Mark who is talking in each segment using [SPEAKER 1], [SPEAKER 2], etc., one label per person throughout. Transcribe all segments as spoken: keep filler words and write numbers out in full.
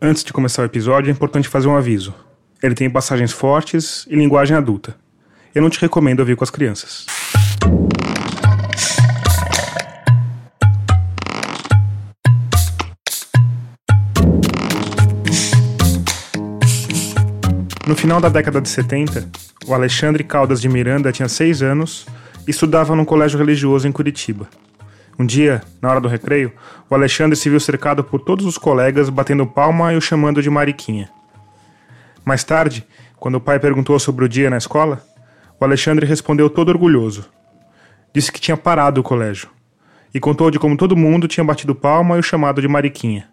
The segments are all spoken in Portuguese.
[SPEAKER 1] Antes de começar o episódio, é importante fazer um aviso. Ele tem passagens fortes e linguagem adulta. Eu não te recomendo ouvir com as crianças. No final da década de setenta, o Alexandre Caldas de Miranda tinha seis anos e estudava num colégio religioso em Curitiba. Um dia, na hora do recreio, o Alexandre se viu cercado por todos os colegas batendo palma e o chamando de Mariquinha. Mais tarde, quando o pai perguntou sobre o dia na escola, o Alexandre respondeu todo orgulhoso. Disse que tinha parado o colégio e contou de como todo mundo tinha batido palma e o chamado de Mariquinha.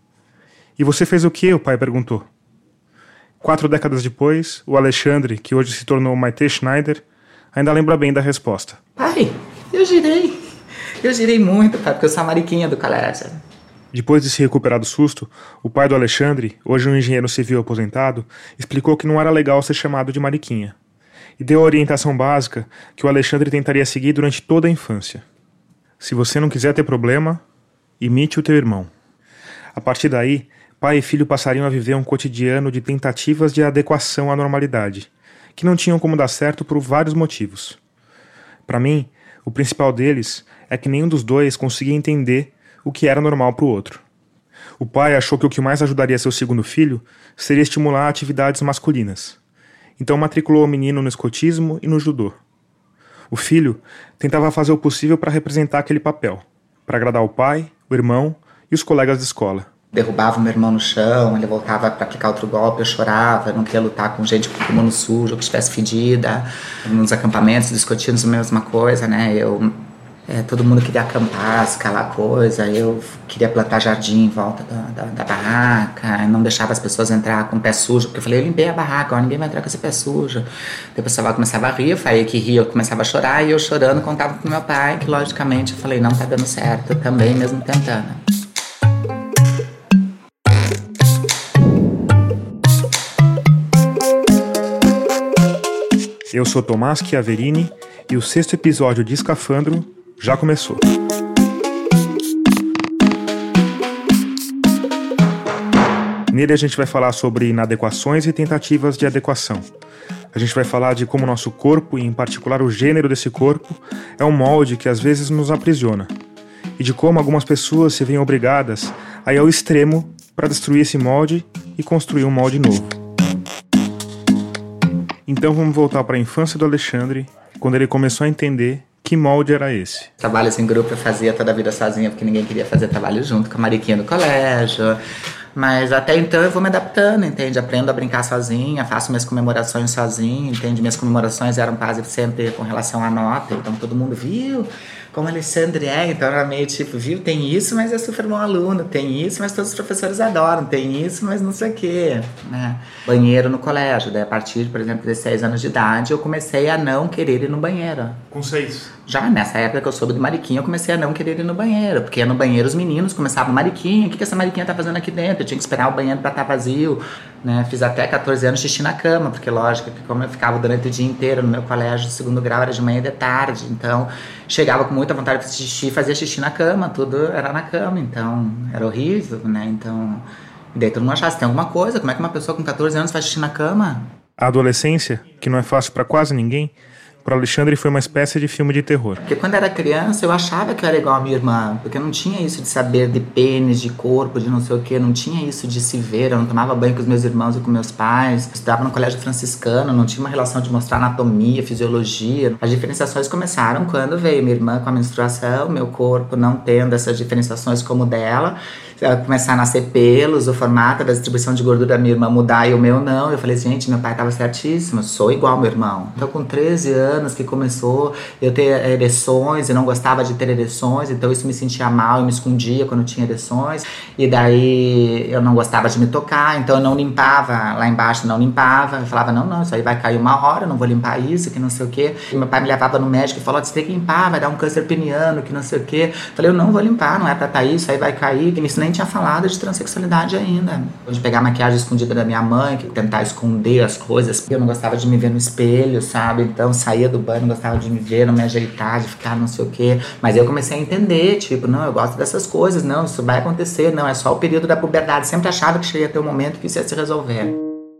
[SPEAKER 1] E você fez o quê? O pai perguntou. Quatro décadas depois, o Alexandre, que hoje se tornou Maite Schneider, ainda lembra bem da resposta.
[SPEAKER 2] Pai, eu girei. Eu girei muito, pai, porque eu sou a Mariquinha do colégio.
[SPEAKER 1] Depois de se recuperar do susto, o pai do Alexandre, hoje um engenheiro civil aposentado, explicou que não era legal ser chamado de Mariquinha. E deu a orientação básica que o Alexandre tentaria seguir durante toda a infância. Se você não quiser ter problema, imite o teu irmão. A partir daí, pai e filho passariam a viver um cotidiano de tentativas de adequação à normalidade, que não tinham como dar certo por vários motivos. Para mim, o principal deles é que nenhum dos dois conseguia entender o que era normal para o outro. O pai achou que o que mais ajudaria seu segundo filho seria estimular atividades masculinas. Então matriculou o menino no escotismo e no judô. O filho tentava fazer o possível para representar aquele papel, para agradar o pai, o irmão e os colegas de escola.
[SPEAKER 2] Derrubava o meu irmão no chão, ele voltava para aplicar outro golpe, eu chorava, eu não queria lutar com gente com pulmão sujo, ou que estivesse fedida. Nos acampamentos, discutimos a mesma coisa, né? Eu, é, todo mundo queria acampar, escalar coisa, eu queria plantar jardim em volta da, da, da barraca, não deixava as pessoas entrar com o pé sujo, porque eu falei, eu limpei a barraca, ó, ninguém vai entrar com esse pé sujo. Depois o pessoal começava a rir, eu falei que ria, eu começava a chorar, e eu chorando contava pro meu pai, que logicamente eu falei, não tá dando certo, eu também mesmo tentando.
[SPEAKER 1] Eu sou Tomás Chiaverini e o sexto episódio de Escafandro já começou. Nele a gente vai falar sobre inadequações e tentativas de adequação. A gente vai falar de como nosso corpo, e em particular o gênero desse corpo, é um molde que às vezes nos aprisiona. E de como algumas pessoas se veem obrigadas a ir ao extremo para destruir esse molde e construir um molde novo. Então vamos voltar para a infância do Alexandre, quando ele começou a entender que molde era esse.
[SPEAKER 2] Trabalhos em grupo eu fazia toda a vida sozinha, porque ninguém queria fazer trabalho junto com a Mariquinha do colégio. Mas até então eu vou me adaptando, entende? Aprendo a brincar sozinha, faço minhas comemorações sozinha, entende? Minhas comemorações eram quase sempre com relação à nota, então todo mundo viu como Alexandre é, então era meio tipo, viu, tem isso, mas é super bom aluno, tem isso, mas todos os professores adoram, tem isso, mas não sei o quê, né? Banheiro no colégio, daí a partir, por exemplo, de seis anos de idade, eu comecei a não querer ir no banheiro.
[SPEAKER 1] Com seis?
[SPEAKER 2] Já nessa época que eu soube de Mariquinha, eu comecei a não querer ir no banheiro, porque no banheiro os meninos começavam, Mariquinha, o que, que essa Mariquinha tá fazendo aqui dentro? Eu tinha que esperar o banheiro pra estar vazio, né? Fiz até catorze anos xixi na cama, porque lógico que como eu ficava durante o dia inteiro no meu colégio, o segundo grau era de manhã e de tarde, então chegava com muita vontade de fazer xixi, fazia xixi na cama, tudo era na cama, então era horrível, né? Então, e daí todo mundo achava, se tem alguma coisa, como é que uma pessoa com catorze anos faz xixi na cama?
[SPEAKER 1] A adolescência, que não é fácil para quase ninguém, para Alexandre foi uma espécie de filme de terror.
[SPEAKER 2] Porque quando era criança eu achava que eu era igual a minha irmã, porque eu não tinha isso de saber de pênis, de corpo, de não sei o que, não tinha isso de se ver, eu não tomava banho com os meus irmãos e com meus pais, eu estudava no colégio franciscano, não tinha uma relação de mostrar anatomia, fisiologia. As diferenciações começaram quando veio minha irmã com a menstruação, meu corpo não tendo essas diferenciações como o dela, começar a nascer pelos, o formato da distribuição de gordura da minha irmã mudar e o meu não. Eu falei, gente, meu pai estava certíssimo, eu sou igual ao meu irmão. Então com treze anos que começou eu ter ereções, eu não gostava de ter ereções, então isso me sentia mal, eu me escondia quando eu tinha ereções, e daí eu não gostava de me tocar, então eu não limpava, lá embaixo não limpava, eu falava, não, não, isso aí vai cair uma hora, eu não vou limpar isso, que não sei o que. E meu pai me levava no médico e falou, você tem que limpar, vai dar um câncer peniano, que não sei o que. Eu falei, eu não vou limpar, não é pra estar isso, aí vai cair, que isso nem nem tinha falado de transexualidade ainda. De pegar a maquiagem escondida da minha mãe, que tentar esconder as coisas. Eu não gostava de me ver no espelho, sabe? Então saía do banho, não gostava de me ver, não me ajeitar, de ficar não sei o quê. Mas aí eu comecei a entender, tipo, não, eu gosto dessas coisas, não, isso vai acontecer, não, é só o período da puberdade. Sempre achava que ia ter um momento que isso ia se resolver.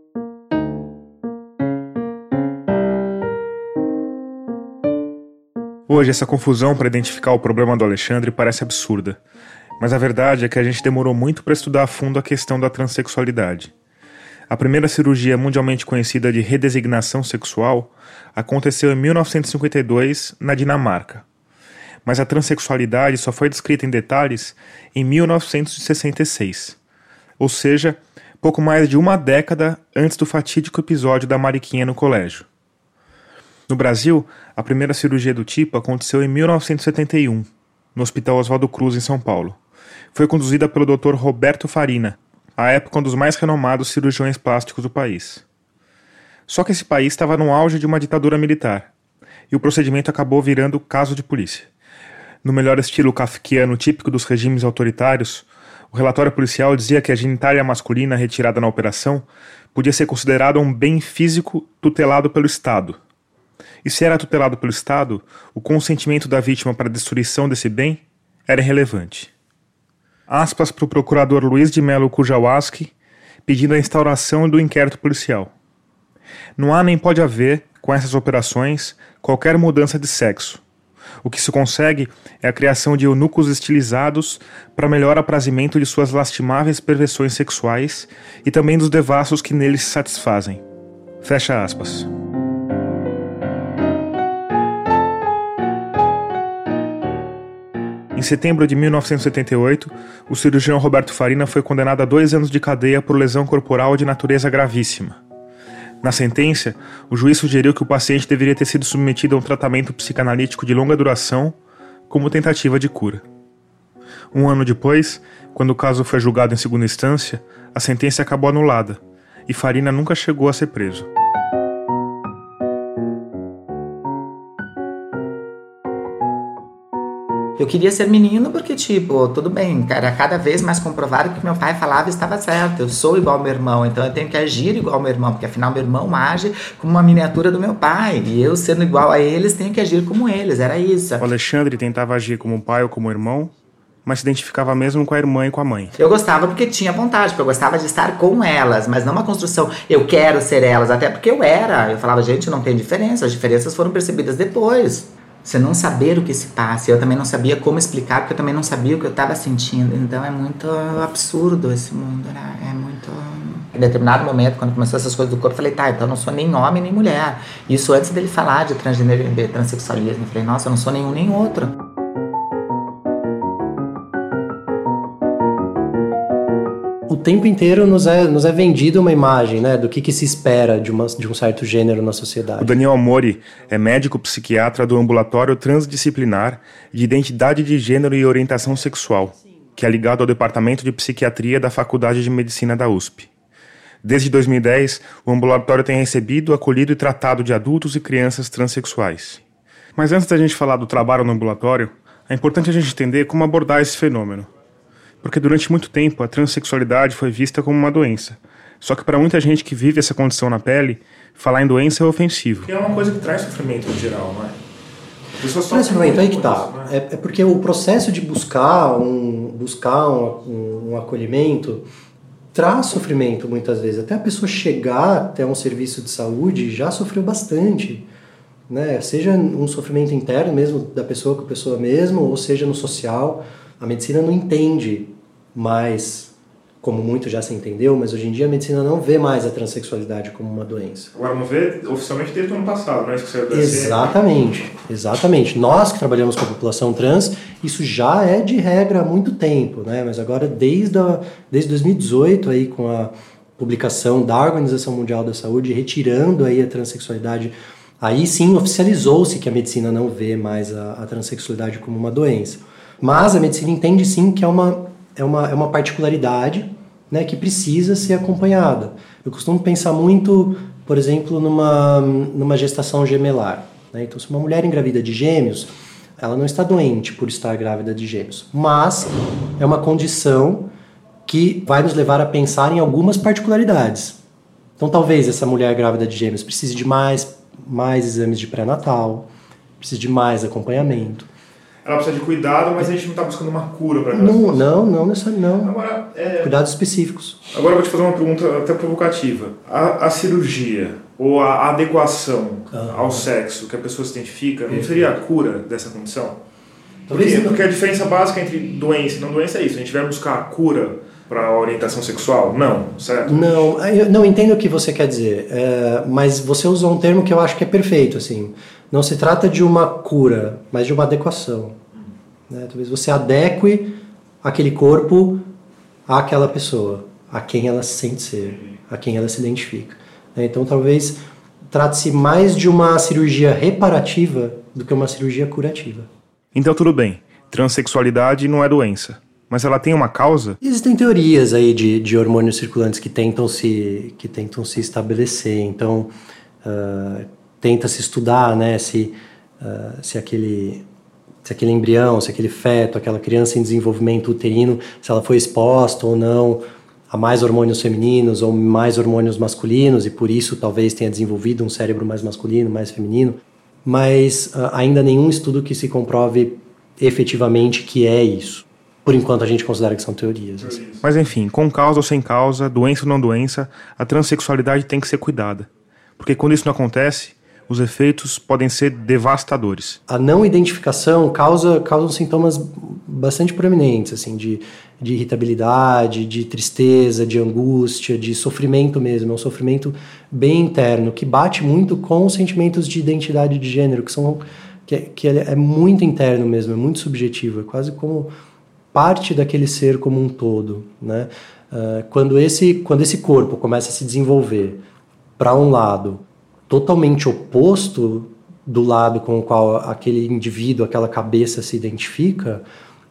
[SPEAKER 1] Hoje, essa confusão para identificar o problema do Alexandre parece absurda, mas a verdade é que a gente demorou muito para estudar a fundo a questão da transexualidade. A primeira cirurgia mundialmente conhecida de redesignação sexual aconteceu em mil novecentos e cinquenta e dois, na Dinamarca. Mas a transexualidade só foi descrita em detalhes em mil novecentos e sessenta e seis, ou seja, pouco mais de uma década antes do fatídico episódio da Mariquinha no colégio. No Brasil, a primeira cirurgia do tipo aconteceu em mil novecentos e setenta e um, no Hospital Oswaldo Cruz, em São Paulo. Foi conduzida pelo doutor Roberto Farina, à época um dos mais renomados cirurgiões plásticos do país. Só que esse país estava no auge de uma ditadura militar, e o procedimento acabou virando caso de polícia. No melhor estilo kafkiano típico dos regimes autoritários, o relatório policial dizia que a genitália masculina retirada na operação podia ser considerada um bem físico tutelado pelo Estado. E se era tutelado pelo Estado, o consentimento da vítima para a destruição desse bem era irrelevante. Aspas para o procurador Luiz de Mello Kujawaski, pedindo a instauração do inquérito policial. Não há nem pode haver, com essas operações, qualquer mudança de sexo. O que se consegue é a criação de eunucos estilizados para melhor aprazimento de suas lastimáveis perversões sexuais e também dos devassos que neles se satisfazem. Fecha aspas. Em setembro de mil novecentos e setenta e oito, o cirurgião Roberto Farina foi condenado a dois anos de cadeia por lesão corporal de natureza gravíssima. Na sentença, o juiz sugeriu que o paciente deveria ter sido submetido a um tratamento psicanalítico de longa duração como tentativa de cura. Um ano depois, quando o caso foi julgado em segunda instância, a sentença acabou anulada e Farina nunca chegou a ser preso.
[SPEAKER 2] Eu queria ser menino porque, tipo, tudo bem, era cada vez mais comprovado que o que meu pai falava estava certo. Eu sou igual ao meu irmão, então eu tenho que agir igual ao meu irmão, porque afinal meu irmão age como uma miniatura do meu pai. E eu, sendo igual a eles, tenho que agir como eles, era isso.
[SPEAKER 1] O Alexandre tentava agir como um pai ou como um irmão, mas se identificava mesmo com a irmã e com a mãe.
[SPEAKER 2] Eu gostava porque tinha vontade, porque eu gostava de estar com elas, mas não uma construção, eu quero ser elas, até porque eu era. Eu falava, gente, não tem diferença, as diferenças foram percebidas depois. Você não saber o que se passa, eu também não sabia como explicar, porque eu também não sabia o que eu estava sentindo. Então é muito absurdo esse mundo, né? É muito... Em determinado momento, quando começou essas coisas do corpo, eu falei, tá, então eu não sou nem homem nem mulher. Isso antes dele falar de transgênero, de transexualismo. Eu falei, nossa, eu não sou nenhum nem outro.
[SPEAKER 3] O tempo inteiro nos é, nos é vendida uma imagem, né, do que, que se espera de, uma, de um certo gênero na sociedade.
[SPEAKER 1] O Daniel Amori é médico psiquiatra do ambulatório transdisciplinar de identidade de gênero e orientação sexual, que é ligado ao departamento de psiquiatria da Faculdade de Medicina da U S P. Desde dois mil e dez, o ambulatório tem recebido, acolhido e tratado de adultos e crianças transexuais. Mas antes da gente falar do trabalho no ambulatório, é importante a gente entender como abordar esse fenômeno. Porque durante muito tempo a transexualidade foi vista como uma doença. Só que para muita gente que vive essa condição na pele, falar em doença é ofensivo.
[SPEAKER 4] Porque é uma coisa que traz sofrimento em geral, não é?
[SPEAKER 3] Traz sofrimento, aí que tá. É, é porque o processo de buscar um, buscar um, um, um acolhimento traz sofrimento muitas vezes. Até a pessoa chegar até um serviço de saúde já sofreu bastante. Né? Seja um sofrimento interno mesmo da pessoa com a pessoa mesmo, ou seja no social. A medicina não entende mais, como muito já se entendeu, mas hoje em dia a medicina não vê mais a transexualidade como uma doença.
[SPEAKER 4] Agora não vê oficialmente desde o ano passado, não é isso que você
[SPEAKER 3] Exatamente, exatamente. Nós que trabalhamos com a população trans, isso já é de regra há muito tempo, né? Mas agora desde, a, desde dois mil e dezoito, aí, com a publicação da Organização Mundial da Saúde, retirando aí a transexualidade, aí sim oficializou-se que a medicina não vê mais a, a transexualidade como uma doença. Mas a medicina entende sim que é uma, é uma, é uma particularidade, né, que precisa ser acompanhada. Eu costumo pensar muito, por exemplo, numa, numa gestação gemelar. Né? Então, se uma mulher engravida de gêmeos, ela não está doente por estar grávida de gêmeos, mas é uma condição que vai nos levar a pensar em algumas particularidades. Então, talvez essa mulher grávida de gêmeos precise de mais, mais exames de pré-natal, precise de mais acompanhamento.
[SPEAKER 1] Ela precisa de cuidado, mas a gente não está buscando uma cura para ela.
[SPEAKER 3] Não, não, não necessariamente, não.
[SPEAKER 1] Agora, é...
[SPEAKER 3] Cuidados específicos.
[SPEAKER 1] Agora eu vou te fazer uma pergunta até provocativa. A, a cirurgia ou a adequação ah. ao sexo que a pessoa se identifica, não seria a cura dessa condição? Porque, porque a diferença básica entre doença e não doença é isso. A gente vai buscar a cura para a orientação sexual? Não, certo?
[SPEAKER 3] Não, eu não entendo o que você quer dizer, é, mas você usou um termo que eu acho que é perfeito, assim. Não se trata de uma cura, mas de uma adequação. Né? Talvez você adeque aquele corpo àquela pessoa, a quem ela se sente ser, a quem ela se identifica. Né? Então, talvez trate-se mais de uma cirurgia reparativa do que uma cirurgia curativa.
[SPEAKER 1] Então, tudo bem. Transsexualidade não é doença. Mas ela tem uma causa?
[SPEAKER 3] Existem teorias aí de, de hormônios circulantes que tentam se, que tentam se estabelecer. Então, uh, tenta-se estudar, né, se, uh, se, aquele, se aquele embrião, se aquele feto, aquela criança em desenvolvimento uterino, se ela foi exposta ou não a mais hormônios femininos ou mais hormônios masculinos, e por isso talvez tenha desenvolvido um cérebro mais masculino, mais feminino. Mas uh, ainda nenhum estudo que se comprove efetivamente que é isso. Por enquanto a gente considera que são teorias. Assim.
[SPEAKER 1] Mas enfim, com causa ou sem causa, doença ou não doença, a transexualidade tem que ser cuidada. Porque quando isso não acontece, os efeitos podem ser devastadores.
[SPEAKER 3] A não identificação causa, causa sintomas bastante proeminentes, assim, de, de irritabilidade, de tristeza, de angústia, de sofrimento mesmo. É um sofrimento bem interno, que bate muito com os sentimentos de identidade de gênero, que, são, que, que é muito interno mesmo, é muito subjetivo, é quase como parte daquele ser como um todo, né? Uh, quando esse quando esse corpo começa a se desenvolver para um lado totalmente oposto do lado com o qual aquele indivíduo, aquela cabeça se identifica,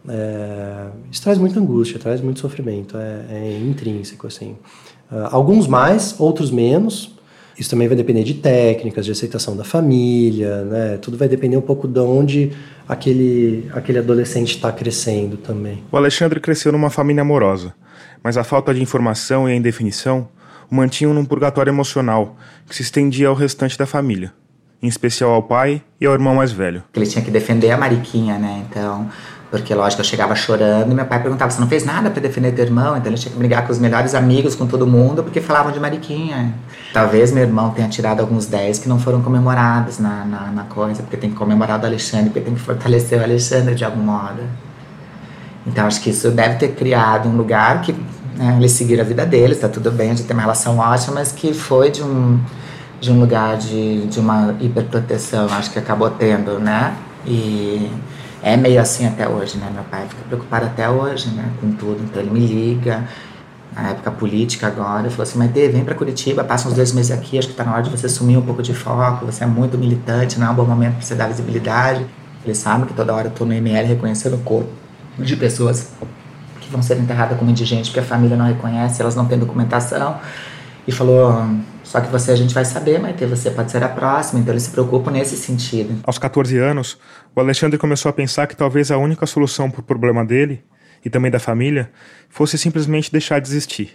[SPEAKER 3] é, isso traz muita angústia, traz muito sofrimento, é, é intrínseco, assim. Uh, alguns mais, outros menos. Isso também vai depender de técnicas, de aceitação da família, né? Tudo vai depender um pouco de onde aquele, aquele adolescente está crescendo também.
[SPEAKER 1] O Alexandre cresceu numa família amorosa, mas a falta de informação e a indefinição o mantinham num purgatório emocional que se estendia ao restante da família, em especial ao pai e ao irmão mais velho.
[SPEAKER 2] Ele tinha que defender a Mariquinha, né? Então... Porque, lógico, eu chegava chorando e meu pai perguntava, você não fez nada pra defender teu irmão? Então ele tinha que brigar com os melhores amigos, com todo mundo, porque falavam de Mariquinha. Talvez meu irmão tenha tirado alguns dez que não foram comemorados na, na, na coisa, porque tem que comemorar o do Alexandre, porque tem que fortalecer o Alexandre de algum modo. Então acho que isso deve ter criado um lugar que, né, eles seguiram a vida deles, tá tudo bem, a gente tem uma relação ótima, mas que foi de um, de um lugar de, de uma hiperproteção, acho que acabou tendo, né? E... é meio assim até hoje, né? Meu pai fica preocupado até hoje, né? Com tudo. Então ele me liga, na época política agora, ele falou assim, mas Dê, vem pra Curitiba, passa uns dois meses aqui, acho que tá na hora de você sumir um pouco de foco, você é muito militante, não é um bom momento pra você dar visibilidade. Ele sabe que toda hora eu tô no M L reconhecendo o corpo de pessoas que vão ser enterradas como indigentes porque a família não reconhece, elas não têm documentação. E falou, só que você a gente vai saber, mas ter você pode ser a próxima, então ele se preocupa nesse sentido.
[SPEAKER 1] Aos catorze anos, o Alexandre começou a pensar que talvez a única solução para o problema dele, e também da família, fosse simplesmente deixar de existir.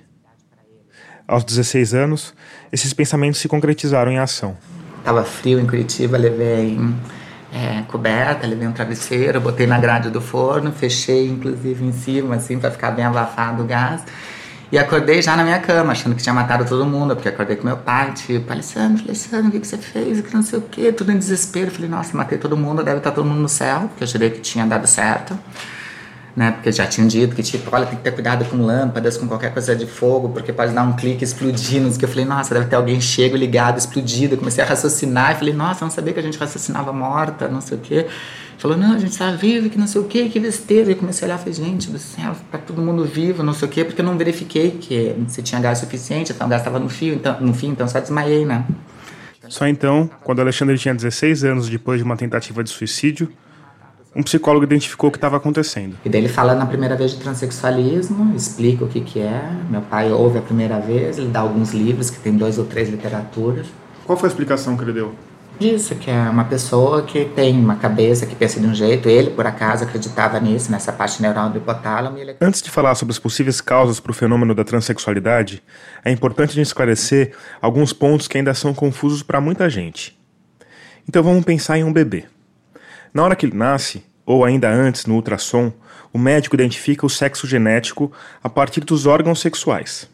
[SPEAKER 1] Aos dezesseis anos, esses pensamentos se concretizaram em ação.
[SPEAKER 2] Tava frio em Curitiba, levei é, coberta, levei um travesseiro, botei na grade do forno, fechei inclusive em cima, assim, para ficar bem abafado o gás. E acordei já na minha cama, achando que tinha matado todo mundo, porque acordei com meu pai, tipo, Alessandro, Alessandro, o que, que você fez? Que não sei o quê, tudo em desespero. Falei, nossa, matei todo mundo, deve estar todo mundo no céu, porque eu jurei que tinha dado certo, né? Porque já tinham dito que, tipo, olha, tem que ter cuidado com lâmpadas, com qualquer coisa de fogo, porque pode dar um clique e explodir, não sei o que. Eu falei, nossa, deve ter alguém chego, ligado, explodido. Eu comecei a raciocinar e falei, nossa, eu não sabia que a gente raciocinava morta, não sei o quê. Falou, não, a gente tá vivo, que não sei o quê, que besteira. E comecei a olhar e falei, gente do céu, tá todo mundo vivo, não sei o quê, porque eu não verifiquei que se tinha gás suficiente, então o gás estava no fio, então, no fim, então só desmaiei, né?
[SPEAKER 1] Só então, quando Alexandre tinha dezesseis anos, depois de uma tentativa de suicídio, um psicólogo identificou o que estava acontecendo.
[SPEAKER 2] E daí ele fala na primeira vez de transexualismo, explica o que que é. Meu pai ouve a primeira vez, ele dá alguns livros, que tem dois ou três literaturas.
[SPEAKER 1] Qual foi a explicação que ele deu?
[SPEAKER 2] Disso, que é uma pessoa que tem uma cabeça que pensa de um jeito, ele por acaso acreditava nisso, nessa parte neural do hipotálamo. Ele...
[SPEAKER 1] Antes de falar sobre as possíveis causas para o fenômeno da transexualidade, é importante a gente esclarecer alguns pontos que ainda são confusos para muita gente. Então vamos pensar em um bebê. Na hora que ele nasce, ou ainda antes no ultrassom, o médico identifica o sexo genético a partir dos órgãos sexuais.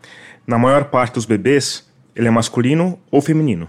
[SPEAKER 1] Na maior parte dos bebês, ele é masculino ou feminino.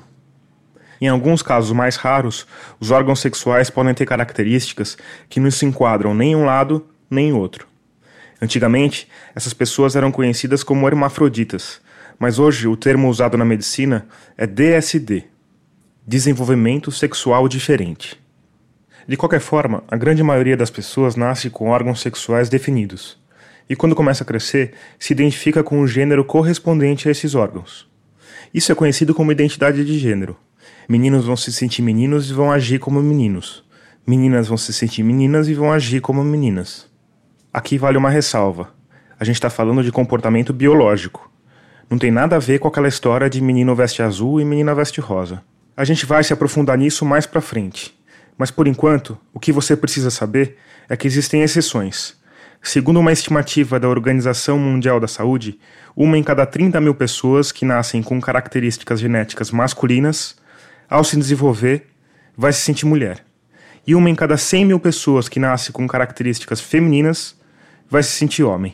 [SPEAKER 1] Em alguns casos mais raros, os órgãos sexuais podem ter características que não se enquadram nem em um lado nem em outro. Antigamente, essas pessoas eram conhecidas como hermafroditas, mas hoje o termo usado na medicina é D S D, desenvolvimento sexual diferente. De qualquer forma, a grande maioria das pessoas nasce com órgãos sexuais definidos, e quando começa a crescer, se identifica com o gênero correspondente a esses órgãos. Isso é conhecido como identidade de gênero. Meninos vão se sentir meninos e vão agir como meninos. Meninas vão se sentir meninas e vão agir como meninas. Aqui vale uma ressalva. A gente está falando de comportamento biológico. Não tem nada a ver com aquela história de menino veste azul e menina veste rosa. A gente vai se aprofundar nisso mais pra frente. Mas por enquanto, o que você precisa saber é que existem exceções. Segundo uma estimativa da Organização Mundial da Saúde, uma em cada trinta mil pessoas que nascem com características genéticas masculinas, ao se desenvolver, vai se sentir mulher. E uma em cada cem mil pessoas que nasce com características femininas, vai se sentir homem.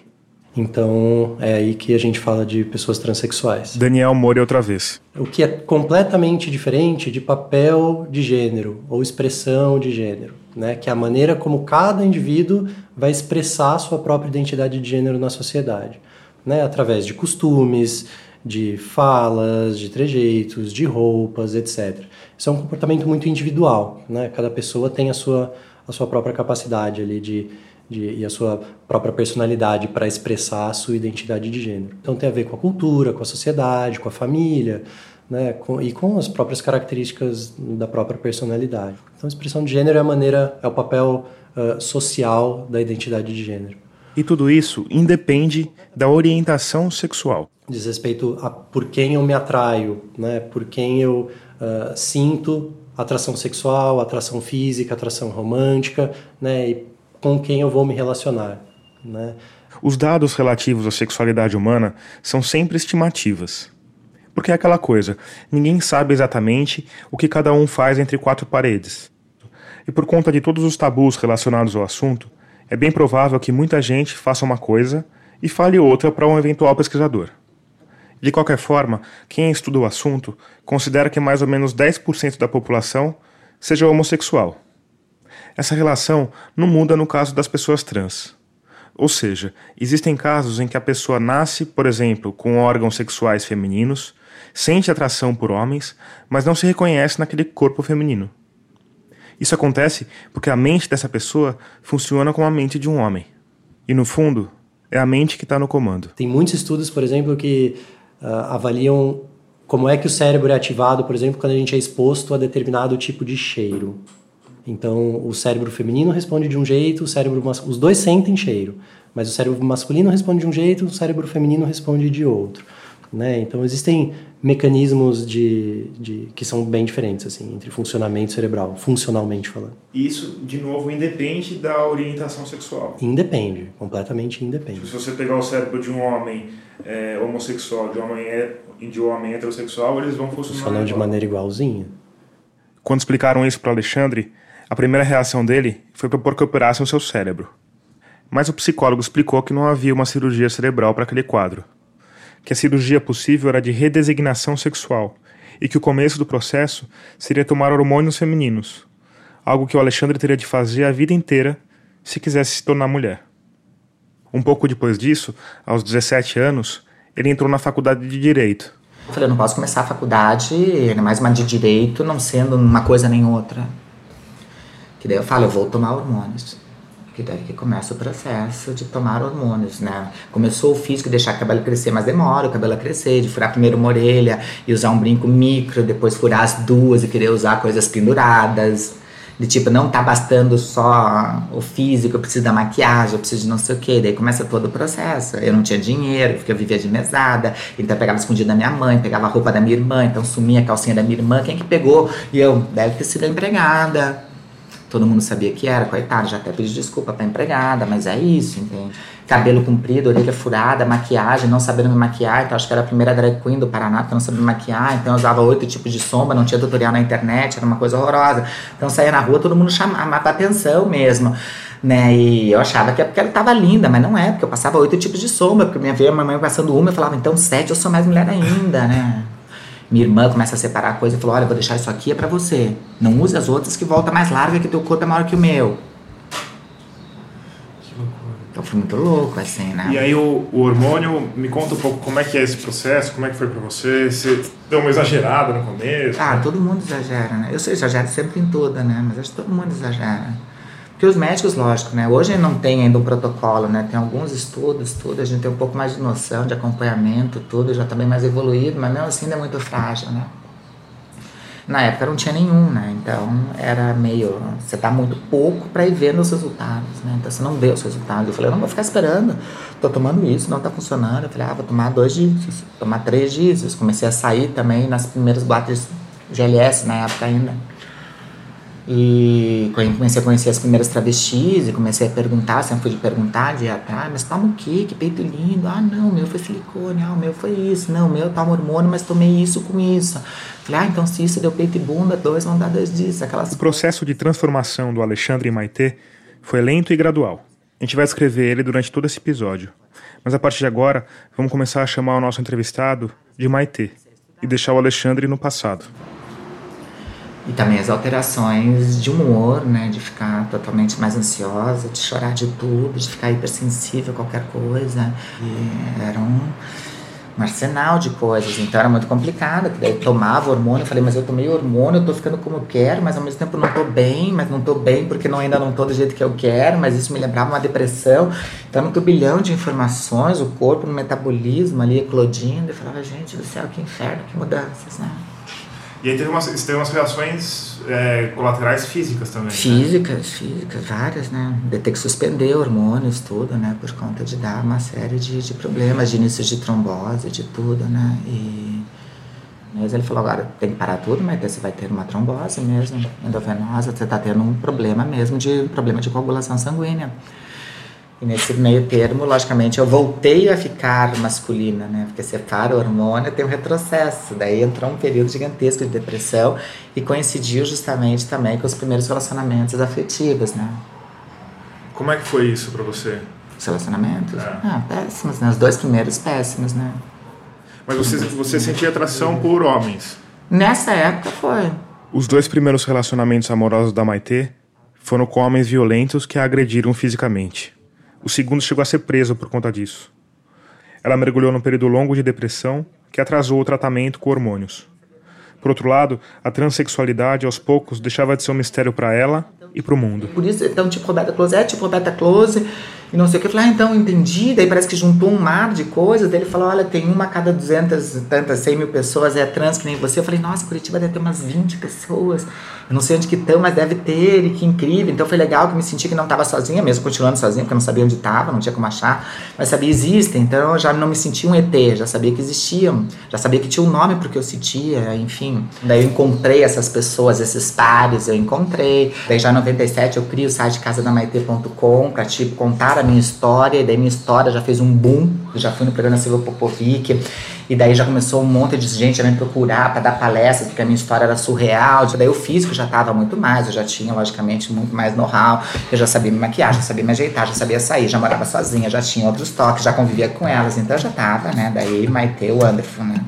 [SPEAKER 3] Então, é aí que a gente fala de pessoas transexuais.
[SPEAKER 1] Daniel Moura outra vez.
[SPEAKER 3] O que é completamente diferente de papel de gênero ou expressão de gênero, né? Que é a maneira como cada indivíduo vai expressar a sua própria identidade de gênero na sociedade, né? Através de costumes, de falas, de trejeitos, de roupas, etcétera. Isso é um comportamento muito individual, né? Cada pessoa tem a sua, a sua própria capacidade ali de, de, e a sua própria personalidade para expressar a sua identidade de gênero. Então tem a ver com a cultura, com a sociedade, com a família, né? com, e com as próprias características da própria personalidade. Então a expressão de gênero é a maneira, é o papel uh, social da identidade de gênero.
[SPEAKER 1] E tudo isso independe da orientação sexual.
[SPEAKER 3] Diz respeito a por quem eu me atraio, né? Por quem eu uh, sinto atração sexual, atração física, atração romântica, né? E com quem eu vou me relacionar, né?
[SPEAKER 1] Os dados relativos à sexualidade humana são sempre estimativas. Porque é aquela coisa, ninguém sabe exatamente o que cada um faz entre quatro paredes. E por conta de todos os tabus relacionados ao assunto, é bem provável que muita gente faça uma coisa e fale outra para um eventual pesquisador. De qualquer forma, quem estuda o assunto considera que mais ou menos dez por cento da população seja homossexual. Essa relação não muda no caso das pessoas trans. Ou seja, existem casos em que a pessoa nasce, por exemplo, com órgãos sexuais femininos, sente atração por homens, mas não se reconhece naquele corpo feminino. Isso acontece porque a mente dessa pessoa funciona como a mente de um homem. E no fundo, é a mente que está no comando.
[SPEAKER 3] Tem muitos estudos, por exemplo, que uh, avaliam como é que o cérebro é ativado, por exemplo, quando a gente é exposto a determinado tipo de cheiro. Então, o cérebro feminino responde de um jeito, o cérebro mas... os dois sentem cheiro, mas o cérebro masculino responde de um jeito, o cérebro feminino responde de outro. Né? Então, existem mecanismos de, de, que são bem diferentes assim, entre funcionamento cerebral, funcionalmente falando.
[SPEAKER 4] Isso, de novo, independe da orientação sexual.
[SPEAKER 3] Independe, completamente independe.
[SPEAKER 4] Se você pegar o cérebro de um homem é, homossexual, de um homem, de um homem heterossexual, eles vão funcionar
[SPEAKER 3] Funcionam de maneira igualzinha.
[SPEAKER 1] Quando explicaram isso para Alexandre, a primeira reação dele foi propor que operassem o seu cérebro. Mas o psicólogo explicou que não havia uma cirurgia cerebral para aquele quadro, que a cirurgia possível era de redesignação sexual e que o começo do processo seria tomar hormônios femininos, algo que o Alexandre teria de fazer a vida inteira se quisesse se tornar mulher. Um pouco depois disso, aos dezessete anos, ele entrou na faculdade de Direito.
[SPEAKER 2] Eu falei, eu não posso começar a faculdade, ainda mais uma de Direito, não sendo uma coisa nem outra. Que daí eu falo, eu vou tomar hormônios. Que daí que começa o processo de tomar hormônios, né? Começou o físico, deixar o cabelo crescer, mas demora o cabelo a crescer, de furar primeiro uma orelha e usar um brinco micro, depois furar as duas e querer usar coisas penduradas. De tipo, não tá bastando só o físico, eu preciso da maquiagem, eu preciso de não sei o quê. Daí começa todo o processo. Eu não tinha dinheiro, porque eu vivia de mesada. Então eu pegava escondido da minha mãe, pegava a roupa da minha irmã, então sumia a calcinha da minha irmã. Quem que pegou? E eu, deve ter sido a empregada. Todo mundo sabia que era, coitado, já até pedi desculpa pra empregada, mas é isso, entende? Cabelo comprido, orelha furada, maquiagem, não sabendo me maquiar, então acho que era a primeira drag queen do Paraná que não sabia me maquiar, então eu usava oito tipos de sombra, não tinha tutorial na internet, era uma coisa horrorosa. Então eu saía na rua, todo mundo chamava atenção mesmo, né? E eu achava que é porque ela tava linda, mas não é, porque eu passava oito tipos de sombra, porque minha via minha mãe passando uma, eu falava, então sete, eu sou mais mulher ainda, né? Minha irmã começa a separar a coisa e falou, olha, vou deixar isso aqui é pra você. Não use as outras que volta mais larga, que teu corpo é maior que o meu.
[SPEAKER 4] Que loucura.
[SPEAKER 2] Então foi muito louco, assim, né?
[SPEAKER 4] E aí o, o hormônio, me conta um pouco como é que é esse processo, como é que foi pra você? Você deu uma exagerada no começo?
[SPEAKER 2] Ah, todo mundo exagera, né? Eu sou exagero sempre em tudo, né? Mas acho que todo mundo exagera. Porque os médicos, lógico, né? Hoje não tem ainda um protocolo, né? Tem alguns estudos, tudo, a gente tem um pouco mais de noção, de acompanhamento, tudo, já tá bem mais evoluído, mas mesmo assim ainda é muito frágil, né? Na época não tinha nenhum, né? Então era meio... Você tá muito pouco pra ir vendo os resultados, né? Então você não vê os resultados. Eu falei, eu não vou ficar esperando, tô tomando isso, não tá funcionando. Eu falei, ah, vou tomar dois dias, tomar três dias. Comecei a sair também nas primeiras boates G L S, na época ainda. E comecei a conhecer as primeiras travestis e comecei a perguntar, sempre fui de perguntar, de ir atrás, mas toma o quê? Que peito lindo. Ah, não, o meu foi silicone, ah, o meu foi isso. Não, o meu toma hormônio, mas tomei isso com isso. Falei, ah, então se isso deu peito e bunda, dois vão dar dois disso. Aquelas...
[SPEAKER 1] O processo de transformação do Alexandre em Maitê foi lento e gradual. A gente vai escrever ele durante todo esse episódio. Mas a partir de agora, vamos começar a chamar o nosso entrevistado de Maitê e deixar o Alexandre no passado.
[SPEAKER 2] E também as alterações de humor, né? De ficar totalmente mais ansiosa, de chorar de tudo, de ficar hipersensível a qualquer coisa. E era um, um arsenal de coisas, então era muito complicado. Daí eu tomava hormônio, eu falei, mas eu tomei hormônio, eu tô ficando como eu quero, mas ao mesmo tempo não tô bem, mas não tô bem porque não, ainda não tô do jeito que eu quero, mas isso me lembrava uma depressão. Então um turbilhão de informações, o corpo no metabolismo ali eclodindo. Eu falava, gente do céu, que inferno, que mudanças, né?
[SPEAKER 4] E aí teve umas, teve umas reações é, colaterais físicas também.
[SPEAKER 2] Físicas,
[SPEAKER 4] né?
[SPEAKER 2] físicas, várias, né? De ter que suspender hormônios, tudo, né? Por conta de dar uma série de, de problemas, de início de trombose, de tudo, né? E... Mas ele falou, agora tem que parar tudo, mas você vai ter uma trombose mesmo, endovenosa, você tá tendo um problema mesmo, de problema de coagulação sanguínea. E nesse meio termo, logicamente, eu voltei a ficar masculina, né? Porque separa o hormônio, tem um retrocesso. Daí entrou um período gigantesco de depressão e coincidiu justamente também com os primeiros relacionamentos afetivos, né?
[SPEAKER 4] Como é que foi isso pra você?
[SPEAKER 2] Os relacionamentos?
[SPEAKER 4] É.
[SPEAKER 2] Ah, péssimos, né? Os dois primeiros péssimos, né?
[SPEAKER 4] Mas você, você sentia atração por homens?
[SPEAKER 2] Nessa época foi.
[SPEAKER 1] Os dois primeiros relacionamentos amorosos da Maitê foram com homens violentos que a agrediram fisicamente. O segundo chegou a ser preso por conta disso. Ela mergulhou num período longo de depressão que atrasou o tratamento com hormônios. Por outro lado, a transexualidade, aos poucos, deixava de ser um mistério para ela e para o mundo.
[SPEAKER 2] Por isso, então, tipo Roberta Close, é tipo Roberta Close, e não sei o que. Eu falei, ah, então, entendi. Daí parece que juntou um mar de coisas. Daí ele falou, olha, tem uma a cada duzentas, tantas, cem mil pessoas é trans que nem você. Eu falei, nossa, Curitiba deve ter umas vinte pessoas. Eu não sei onde que estão, mas deve ter, e que incrível. Então foi legal que eu me senti que não estava sozinha, mesmo continuando sozinha, porque eu não sabia onde estava, não tinha como achar. Mas sabia, existem. Então eu já não me sentia um E T, já sabia que existiam. Já sabia que tinha um nome porque eu sentia, enfim. Daí eu encontrei essas pessoas, esses pares, eu encontrei. Daí já em noventa e sete eu crio o site casa da maitê ponto com pra, tipo, contar a minha história. E daí minha história já fez um boom. Eu já fui no programa Silvio Popovic. E daí já começou um monte de gente a me procurar para dar palestras, porque a minha história era surreal. Daí o físico já estava muito mais, eu já tinha, logicamente, muito mais know-how. Eu já sabia me maquiar, já sabia me ajeitar, já sabia sair, já morava sozinha, já tinha outros toques, já convivia com elas. Então eu já tava, né? Daí Maitê Wonderful, né?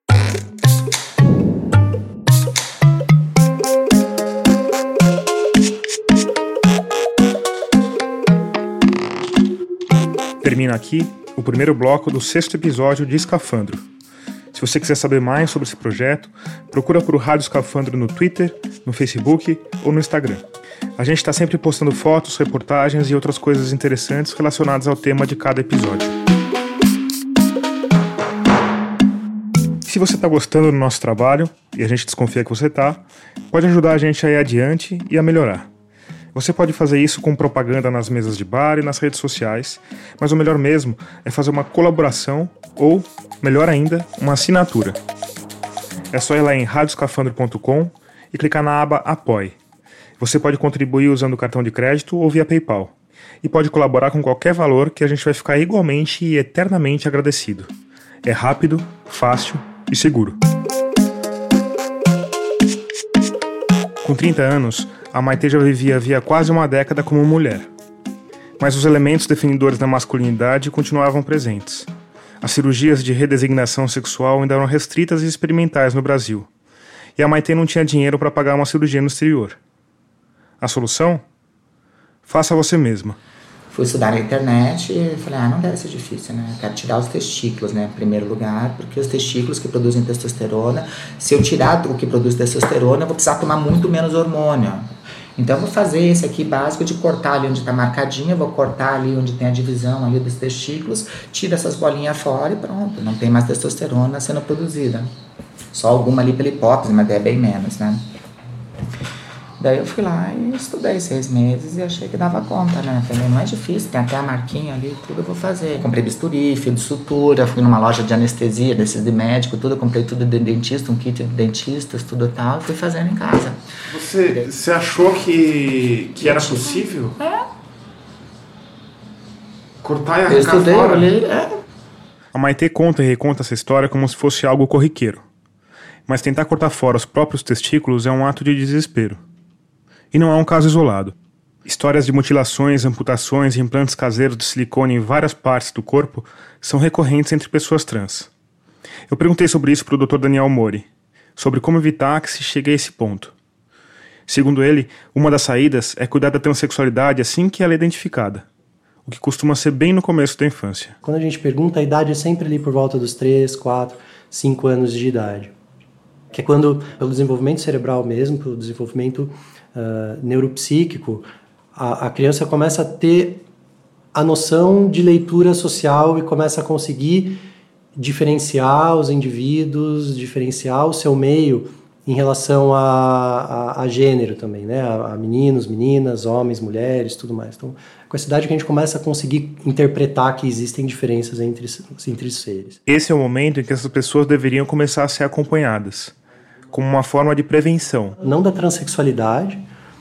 [SPEAKER 1] Termina aqui o primeiro bloco do sexto episódio de Escafandro. Se você quiser saber mais sobre esse projeto, procura por Rádio Escafandro no Twitter, no Facebook ou no Instagram. A gente está sempre postando fotos, reportagens e outras coisas interessantes relacionadas ao tema de cada episódio. se você está gostando do nosso trabalho, e a gente desconfia que você está, pode ajudar a gente a ir adiante e a melhorar. Você pode fazer isso com propaganda nas mesas de bar e nas redes sociais, mas o melhor mesmo é fazer uma colaboração ou, melhor ainda, uma assinatura. É só ir lá em rádio escafandro ponto com e clicar na aba Apoie. Você pode contribuir usando o cartão de crédito ou via PayPal. E pode colaborar com qualquer valor que a gente vai ficar igualmente e eternamente agradecido. É rápido, fácil e seguro. Com trinta anos, a Maitê já vivia havia quase uma década como mulher. Mas os elementos definidores da masculinidade continuavam presentes. As cirurgias de redesignação sexual ainda eram restritas e experimentais no Brasil. E a Maitê não tinha dinheiro para pagar uma cirurgia no exterior. A solução? Faça você mesma.
[SPEAKER 2] Fui estudar na internet e falei, ah, não deve ser difícil, né? Eu quero tirar os testículos, né? Em primeiro lugar, porque os testículos que produzem testosterona, se eu tirar o que produz testosterona, eu vou precisar tomar muito menos hormônio. Então eu vou fazer esse aqui básico de cortar ali onde está marcadinha, vou cortar ali onde tem a divisão ali dos testículos, tiro essas bolinhas fora e pronto, não tem mais testosterona sendo produzida. Só alguma ali pela hipófise, mas é bem menos, né? Daí eu fui lá e estudei seis meses e achei que dava conta, né? Falei, não é difícil, tem até a marquinha ali, tudo eu vou fazer. Comprei bisturi, fio de sutura, fui numa loja de anestesia, desses de médico, tudo, comprei tudo de dentista, um kit de dentistas, tudo tal, e fui fazendo em casa.
[SPEAKER 4] Você, você achou que, que era possível?
[SPEAKER 2] É.
[SPEAKER 4] Cortar e arrancar
[SPEAKER 2] eu estudei,
[SPEAKER 4] fora?
[SPEAKER 2] Eu olhei, é.
[SPEAKER 1] A Maitê conta e reconta essa história como se fosse algo corriqueiro. Mas tentar cortar fora os próprios testículos é um ato de desespero. E não é um caso isolado. Histórias de mutilações, amputações e implantes caseiros de silicone em várias partes do corpo são recorrentes entre pessoas trans. Eu perguntei sobre isso para o doutor Daniel Mori, sobre como evitar que se chegue a esse ponto. Segundo ele, uma das saídas é cuidar da transexualidade assim que ela é identificada, o que costuma ser bem no começo da infância.
[SPEAKER 3] Quando a gente pergunta, a idade é sempre ali por volta dos três, quatro, cinco anos de idade. Que é quando, pelo desenvolvimento cerebral mesmo, pelo desenvolvimento uh, neuropsíquico, a, a criança começa a ter a noção de leitura social e começa a conseguir diferenciar os indivíduos, diferenciar o seu meio em relação a, a, a gênero também, né? A, a meninos, meninas, homens, mulheres, tudo mais. Então, com essa idade que a gente começa a conseguir interpretar que existem diferenças entre, entre os seres.
[SPEAKER 1] Esse é o momento em que essas pessoas deveriam começar a ser acompanhadas, como uma forma de prevenção.
[SPEAKER 3] Não da transexualidade,